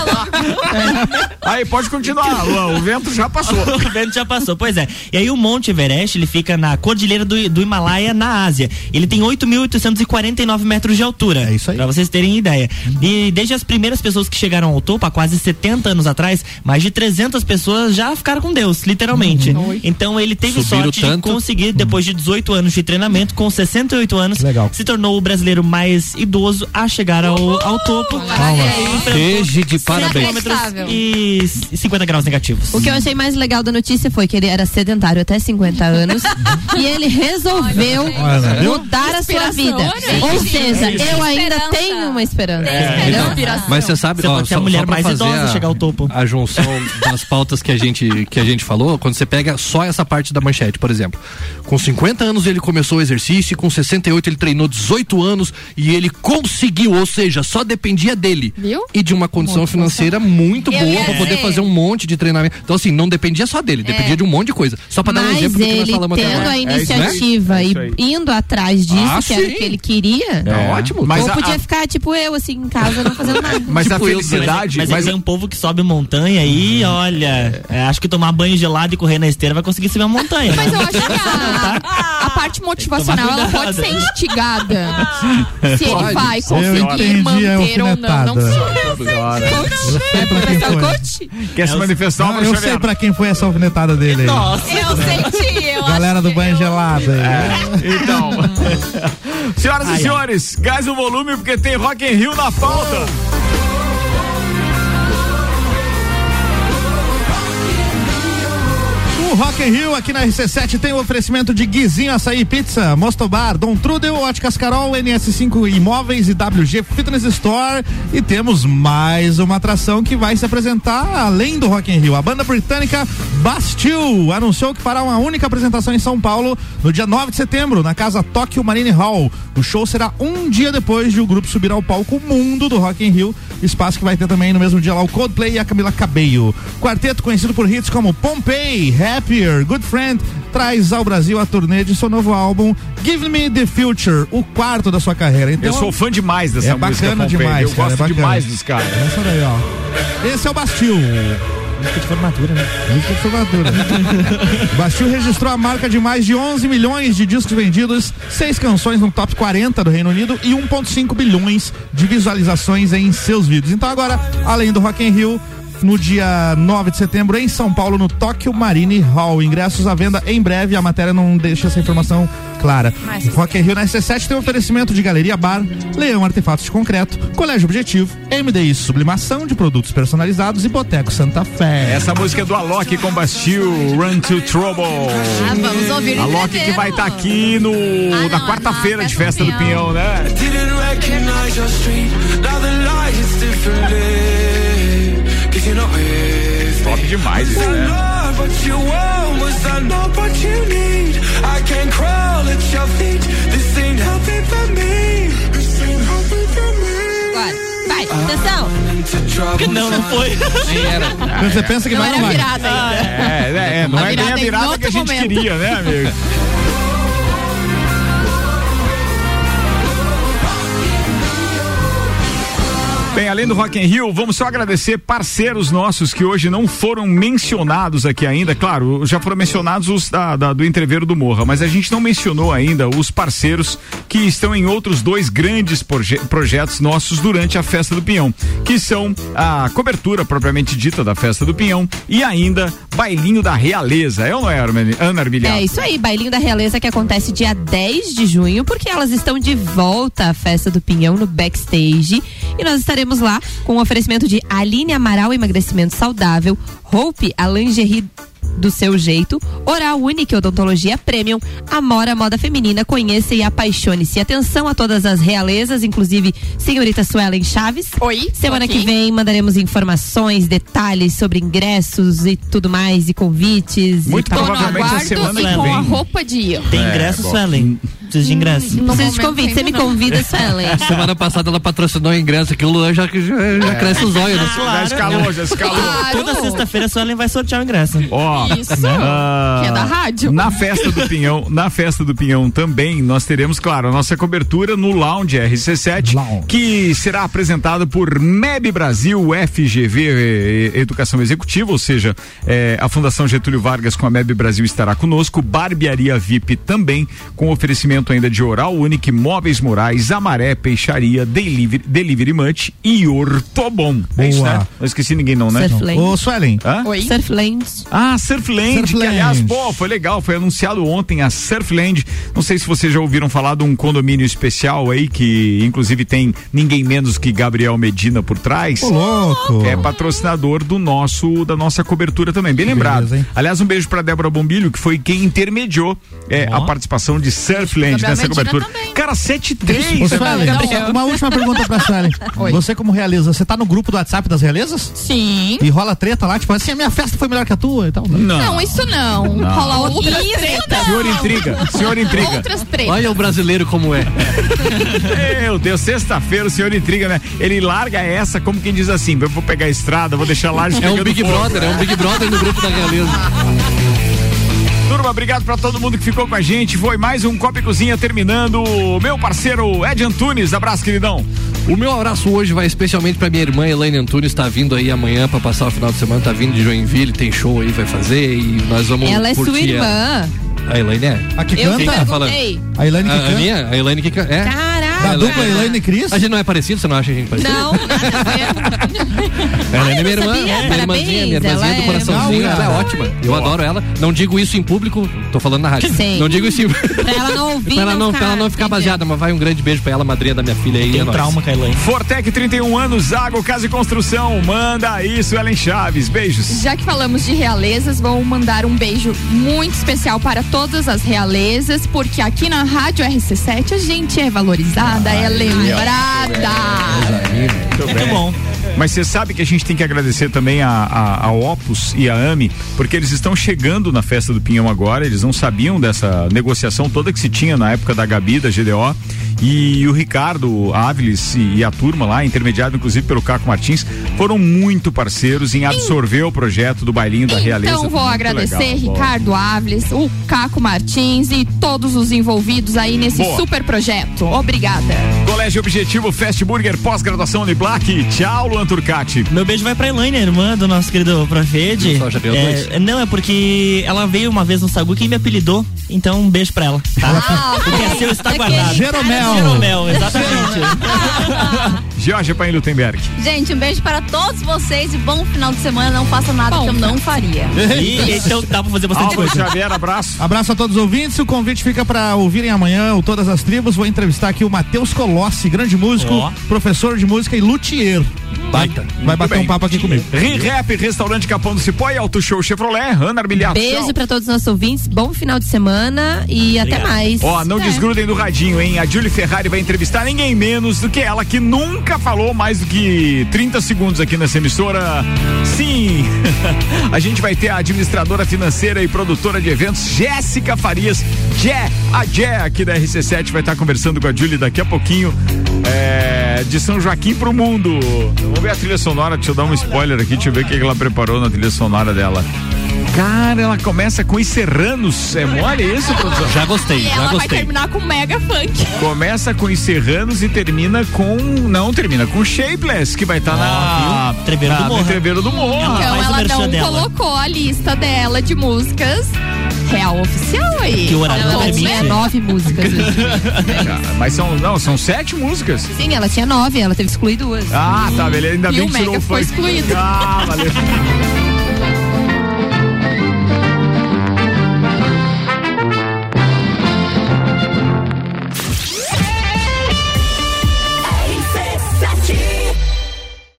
Speaker 1: Aí pode continuar, Luan, o vento já passou.
Speaker 6: O vento já passou, pois é. E aí o Monte Everest, ele fica na cordilheira do, do Himalaia, na Ásia. Ele tem oito mil oitocentos e quarenta e nove metros de altura. É isso aí. Pra vocês terem ideia. E desde as primeiras pessoas que chegaram ao topo, há quase setenta anos atrás, mais de trezentas pessoas já ficaram com Deus, literalmente. Uhum. Então ele teve
Speaker 4: Subiram
Speaker 6: sorte
Speaker 4: tanto.
Speaker 6: de conseguir, depois de dezoito anos de treinamento, com sessenta e oito anos,
Speaker 7: Legal.
Speaker 6: se tornou o brasileiro mais idoso a chegar ao, ao topo.
Speaker 4: Esteja de parabéns.
Speaker 6: E cinquenta graus negativos.
Speaker 5: O que eu achei mais legal da notícia foi que ele era sedentário até cinquenta anos e ele resolveu
Speaker 7: Olha,
Speaker 5: mudar a sua vida. Ou seja, eu ainda tenho uma esperança.
Speaker 4: É, então, mas você sabe,
Speaker 6: Você
Speaker 4: ó,
Speaker 6: pode ser
Speaker 4: só,
Speaker 6: a mulher
Speaker 4: só pra
Speaker 6: mais
Speaker 4: fazer
Speaker 6: idosa
Speaker 4: a,
Speaker 6: chegar ao topo.
Speaker 4: a junção das pautas que a gente que a gente falou, quando você pega só essa parte da manchete, por exemplo, com cinquenta anos ele começou o exercício, com sessenta e oito ele treinou dezoito anos e ele conseguiu, ou seja, só dependia dele.
Speaker 16: Viu?
Speaker 4: E de uma condição muito financeira muito
Speaker 8: Eu
Speaker 4: boa
Speaker 8: ia
Speaker 4: para poder
Speaker 8: dizer.
Speaker 4: fazer um monte de treinamento. Então assim, não dependia só dele, dependia de um monte de coisa. Só para dar um
Speaker 5: Mas
Speaker 4: exemplo do que nós
Speaker 5: ele
Speaker 4: falamos até
Speaker 5: tendo
Speaker 4: agora.
Speaker 5: a
Speaker 1: É isso, né?
Speaker 5: iniciativa
Speaker 1: É isso aí.
Speaker 5: e indo atrás disso,
Speaker 4: Ah,
Speaker 5: que era o
Speaker 4: sim.
Speaker 5: que ele queria,
Speaker 1: É.
Speaker 4: Ótimo.
Speaker 1: Mas
Speaker 5: ou
Speaker 1: a-
Speaker 5: podia
Speaker 1: a-
Speaker 5: ficar tipo eu, assim, em casa, não fazendo nada.
Speaker 1: Mas
Speaker 4: Tipo
Speaker 1: a
Speaker 4: eu,
Speaker 1: felicidade,
Speaker 6: Mas,
Speaker 1: mas,
Speaker 6: mas é um povo que sobe montanha e olha, é, acho que tomar banho gelado e correr na esteira vai conseguir subir a montanha.
Speaker 16: Mas
Speaker 6: né?
Speaker 16: eu acho que a, a parte motivacional ela pode ser instigada. Se ele
Speaker 4: Pode.
Speaker 16: vai
Speaker 7: Eu
Speaker 16: conseguir
Speaker 7: entendi a
Speaker 16: manter ou não, não
Speaker 7: alfinetada.
Speaker 16: sei.
Speaker 7: Sei pra quem foi.
Speaker 16: Coach?
Speaker 1: quer se manifestar,
Speaker 7: Não,
Speaker 1: Álvaro
Speaker 7: eu
Speaker 1: Xavier?
Speaker 7: sei pra quem foi essa alfinetada dele aí.
Speaker 6: Nossa.
Speaker 8: Eu senti, eu
Speaker 7: Galera
Speaker 8: acho
Speaker 7: do
Speaker 8: que
Speaker 7: banho
Speaker 8: eu-
Speaker 7: gelado aí.
Speaker 1: Então, senhoras
Speaker 6: Ai,
Speaker 1: e senhores, gás o volume porque tem Rock in Rio na pauta.
Speaker 7: No Rock in Rio, aqui na R C sete, tem o oferecimento de Guizinho Açaí Pizza, Mostobar, Dom Trudel, Óticas Carol, N S cinco Imóveis e W G Fitness Store. E temos mais uma atração que vai se apresentar além do Rock in Rio. A banda britânica Bastille anunciou que fará uma única apresentação em São Paulo no dia nove de setembro, na casa Tokyo Marine Hall. O show será um dia depois de o grupo subir ao palco Mundo do Rock in Rio, espaço que vai ter também no mesmo dia lá o Coldplay e a Camila Cabello. Quarteto conhecido por hits como Pompeii, Happier, Good Friend, traz ao Brasil a turnê de seu novo álbum Give Me the Future, o quarto da sua carreira. Então,
Speaker 1: eu sou fã demais dessa
Speaker 7: é
Speaker 1: música.
Speaker 7: Bacana demais,
Speaker 1: eu
Speaker 7: cara,
Speaker 1: gosto
Speaker 7: é bacana
Speaker 1: demais dos caras.
Speaker 7: Essa daí, ó. Esse é o Bastille.
Speaker 6: Música de formatura, né?
Speaker 7: Música de formatura. Bastille registrou a marca de mais de onze milhões de discos vendidos, seis canções no top quarenta do Reino Unido e um vírgula cinco bilhões de visualizações em seus vídeos. Então agora, além do Rock in Rio, no dia nove de setembro em São Paulo, no Tokyo Marine Hall. Ingressos à venda em breve, a matéria não deixa essa informação clara. Mas, Rock in Rio na R C sete tem oferecimento de Galeria Bar, Leão Artefatos de Concreto, Colégio Objetivo, M D I Sublimação de Produtos Personalizados e Boteco Santa Fé.
Speaker 1: Essa música é do Alok com Bastille, Run to Trouble.
Speaker 8: Ah, vamos ouvir.
Speaker 1: Alok que vai estar tá aqui no, ah, na quarta-feira de Festa do Pinhão, né? Top demais isso, né?
Speaker 5: Vai, atenção!
Speaker 6: Não, não foi.
Speaker 7: Quando você pensa que
Speaker 8: não
Speaker 7: vai,
Speaker 8: era
Speaker 7: não vai.
Speaker 8: virada ainda.
Speaker 1: É, é, é não a é bem a virada que a gente momento. queria, né, amigo? Bem, além do Rock in Rio, vamos só agradecer parceiros nossos que hoje não foram mencionados aqui ainda. Claro, já foram mencionados os da, da, do Entreveiro do Morra, mas a gente não mencionou ainda os parceiros que estão em outros dois grandes proje- projetos nossos durante a Festa do Pinhão, que são a cobertura propriamente dita da Festa do Pinhão e ainda Bailinho da Realeza. É ou não é, Ana Armiliato?
Speaker 5: É isso aí, Bailinho da Realeza, que acontece dia dez de junho, porque elas estão de volta à Festa do Pinhão no backstage e nós estaremos lá com o oferecimento de Aline Amaral Emagrecimento Saudável, Hope, a lingerie do seu jeito, Oral Unique Odontologia Premium, Amora Moda Feminina, conheça e apaixone-se. Atenção a todas as realezas, inclusive senhorita Suelen Chaves.
Speaker 16: Oi.
Speaker 5: Semana
Speaker 16: aqui.
Speaker 5: que vem mandaremos informações, detalhes sobre ingressos e tudo mais, e convites.
Speaker 1: Muito
Speaker 5: e
Speaker 1: provavelmente a semana que vem.
Speaker 16: Com a roupa de ir.
Speaker 6: Tem
Speaker 1: É,
Speaker 6: ingresso,
Speaker 1: bom.
Speaker 6: Suelen? Precisa de ingresso?
Speaker 5: Não precisa de convite, você me convida, Suelen.
Speaker 4: Semana passada ela patrocinou o ingresso aqui, o Luan já, já, já cresce os olhos. Né?
Speaker 1: Já escalou, já escalou.
Speaker 16: Claro.
Speaker 6: Toda sexta-feira a Suelen vai sortear o ingresso.
Speaker 1: Ó,
Speaker 16: Isso,
Speaker 1: ah,
Speaker 16: que é da rádio.
Speaker 1: Na Festa do Pinhão, na Festa do Pinhão também nós teremos, claro, a nossa cobertura no Lounge R C sete,
Speaker 7: Lounge.
Speaker 1: que será apresentada por M E B Brasil, F G V Educação Executiva, ou seja, é, a Fundação Getúlio Vargas com a M E B Brasil estará conosco, Barbearia V I P também, com oferecimento ainda de Oral Unique, Móveis Morais, Amaré, Peixaria, Delivery, Delivery Munch e Ortobon. É isso, né? Não esqueci ninguém não, né?
Speaker 5: Surfland.
Speaker 7: Ô, Suelen.
Speaker 1: Hã?
Speaker 16: Oi.
Speaker 5: Surfland.
Speaker 1: Ah, Surfland,
Speaker 7: Surfland.
Speaker 1: que aliás, pô, foi legal, foi anunciado ontem a Surfland. Não sei se vocês já ouviram falar de um condomínio especial aí, que inclusive tem ninguém menos que Gabriel Medina por trás.
Speaker 7: Ô, louco.
Speaker 1: É patrocinador do nosso, da nossa cobertura também, bem lembrado.
Speaker 7: Beleza, hein?
Speaker 1: Aliás, um beijo pra Débora Bombilho, que foi quem intermediou é, a participação de Surfland
Speaker 16: Gabriel
Speaker 1: nessa
Speaker 16: Medina
Speaker 1: cobertura.
Speaker 16: também.
Speaker 1: Cara, sete e três.
Speaker 7: Ô, Suelen,
Speaker 16: Gabriel.
Speaker 7: uma última pergunta pra Suelen.
Speaker 16: Oi.
Speaker 7: Você como realeza, você tá no grupo do WhatsApp das realezas?
Speaker 16: Sim.
Speaker 7: E rola treta lá, tipo assim, a minha festa foi melhor que a tua e tal?
Speaker 1: Não.
Speaker 16: Não, isso não. Rola outras tretas.
Speaker 1: Senhor intriga, senhor intriga.
Speaker 16: Outras tretas.
Speaker 4: Olha o brasileiro como é.
Speaker 1: Meu Deus, sexta-feira o senhor intriga, né? Ele larga essa como quem diz assim, eu vou pegar a estrada, vou deixar lá.
Speaker 4: É um Big Brother, é um Big Brother no grupo da realeza.
Speaker 1: Turma, obrigado pra todo mundo que ficou com a gente. Foi mais um Copa e Cozinha terminando. Meu parceiro Ed Antunes, abraço, queridão.
Speaker 4: O meu abraço hoje vai especialmente pra minha irmã Elaine Antunes, tá vindo aí amanhã pra passar o final de semana, tá vindo de Joinville, tem show aí, vai fazer e nós vamos
Speaker 5: Ela é
Speaker 4: curtir
Speaker 5: sua irmã.
Speaker 4: ela. A Elaine é?
Speaker 7: A que
Speaker 5: Eu
Speaker 7: canta?
Speaker 4: Quem tá falando?
Speaker 5: perguntei.
Speaker 7: A Elaine que
Speaker 4: A, a
Speaker 7: canta?
Speaker 4: minha? A Elaine que canta. É.
Speaker 5: Caraca.
Speaker 7: Da dupla Elaine e Cris?
Speaker 4: A gente não é parecido, você não acha a gente parecido?
Speaker 5: Não, nada a ver.
Speaker 4: É Helena é minha irmã, minha irmãzinha, minha irmãzinha do coraçãozinho, ela é ótima. Eu adoro ela. Não digo isso em público, tô falando na rádio.
Speaker 5: Sim.
Speaker 4: Não digo isso em
Speaker 5: Pra ela não ouvir,
Speaker 4: pra ela não,
Speaker 5: ficar,
Speaker 4: pra ela não ficar baseada, mas vai um grande beijo pra ela, madrinha da minha filha aí.
Speaker 6: Tem
Speaker 4: é
Speaker 6: um trauma, Kailane.
Speaker 1: Fortec, trinta e um anos, Zago Casa e Construção. Manda isso, Ellen Chaves. Beijos.
Speaker 16: Já que falamos de realezas, vou mandar um beijo muito especial para todas as realezas, porque aqui na Rádio R C sete a gente é valorizada, é lembrada.
Speaker 1: Muito, Muito bom. Mas você sabe que a gente tem que agradecer também a, a, a Opus e a AMI, porque eles estão chegando na festa do Pinhão agora, eles não sabiam dessa negociação toda que se tinha na época da Gabi, da G D O, e o Ricardo Áviles e, e a turma lá, intermediado inclusive pelo Caco Martins, foram muito parceiros em absorver o projeto do bailinho da Realeza.
Speaker 16: Então vou agradecer legal, Ricardo bom. Áviles, o Caco Martins e todos os envolvidos aí nesse Boa. super projeto. Obrigada.
Speaker 1: Colégio Objetivo Fast Burger, pós-graduação Uniplac. Tchau, Luan Turcati.
Speaker 6: Meu beijo vai pra Elaine, irmã do nosso querido Profede.
Speaker 4: Só já deu dois.
Speaker 6: É, não, é porque ela veio uma vez no Sagu e me apelidou, então um beijo pra ela. Tá?
Speaker 16: Ah,
Speaker 6: o que é seu está guardado.
Speaker 7: Jeromel.
Speaker 6: Jeromel, exatamente.
Speaker 1: Jorge Paim Lutemberg.
Speaker 8: Gente, um beijo para todos vocês e bom final de semana. Não faça nada bom, que eu não faria.
Speaker 6: E, então dá pra fazer bastante
Speaker 1: Álvaro
Speaker 6: coisa.
Speaker 1: Xavier, abraço.
Speaker 7: Abraço a todos os ouvintes. O convite fica para ouvirem amanhã o Todas as Tribos. Vou entrevistar aqui o Matheus Colossi, grande músico, oh. professor de música e luthier. Baita. Vai bater bem. um papo aqui comigo.
Speaker 1: Re-Rap, Restaurante Capão do Cipó e Auto Show Chevrolet. Ana Arbilhato.
Speaker 5: Beijo para todos os nossos ouvintes. Bom final de semana e Obrigado. até mais.
Speaker 1: Ó, oh, não é. desgrudem do radinho, hein? A Julie Ferrari vai entrevistar ninguém menos do que ela, que nunca falou mais do que trinta segundos aqui nessa emissora. Sim! A gente vai ter a administradora financeira e produtora de eventos, Jéssica Farias. Jé, a Jé aqui da R C sete vai estar conversando com a Julie daqui a pouquinho. É, de São Joaquim pro mundo. Vamos ver a trilha sonora, deixa eu dar um spoiler aqui, deixa eu ver o que ela preparou na trilha sonora dela. Cara, ela começa com os Serranos. É mole isso, produção?
Speaker 4: Já gostei,
Speaker 16: e
Speaker 4: já
Speaker 16: ela
Speaker 4: gostei.
Speaker 16: vai terminar com mega funk.
Speaker 1: Começa com os Serranos e termina com. Não, termina com Shapeless, que vai estar tá
Speaker 6: ah,
Speaker 1: na.
Speaker 6: Treveiro do Morro.
Speaker 1: Treveiro do Morro.
Speaker 16: Então ela não dela. colocou a lista dela de músicas real oficial aí.
Speaker 6: Que o horário
Speaker 5: ela tinha nove músicas.
Speaker 1: Mas são, não, são sete músicas.
Speaker 5: Sim, ela tinha nove, ela teve que excluir duas.
Speaker 1: Ah, tá, beleza. Ainda
Speaker 16: e
Speaker 1: bem
Speaker 16: o
Speaker 1: que
Speaker 16: Mega
Speaker 1: tirou o
Speaker 16: foi
Speaker 1: funk.
Speaker 16: excluído.
Speaker 1: Ah, valeu.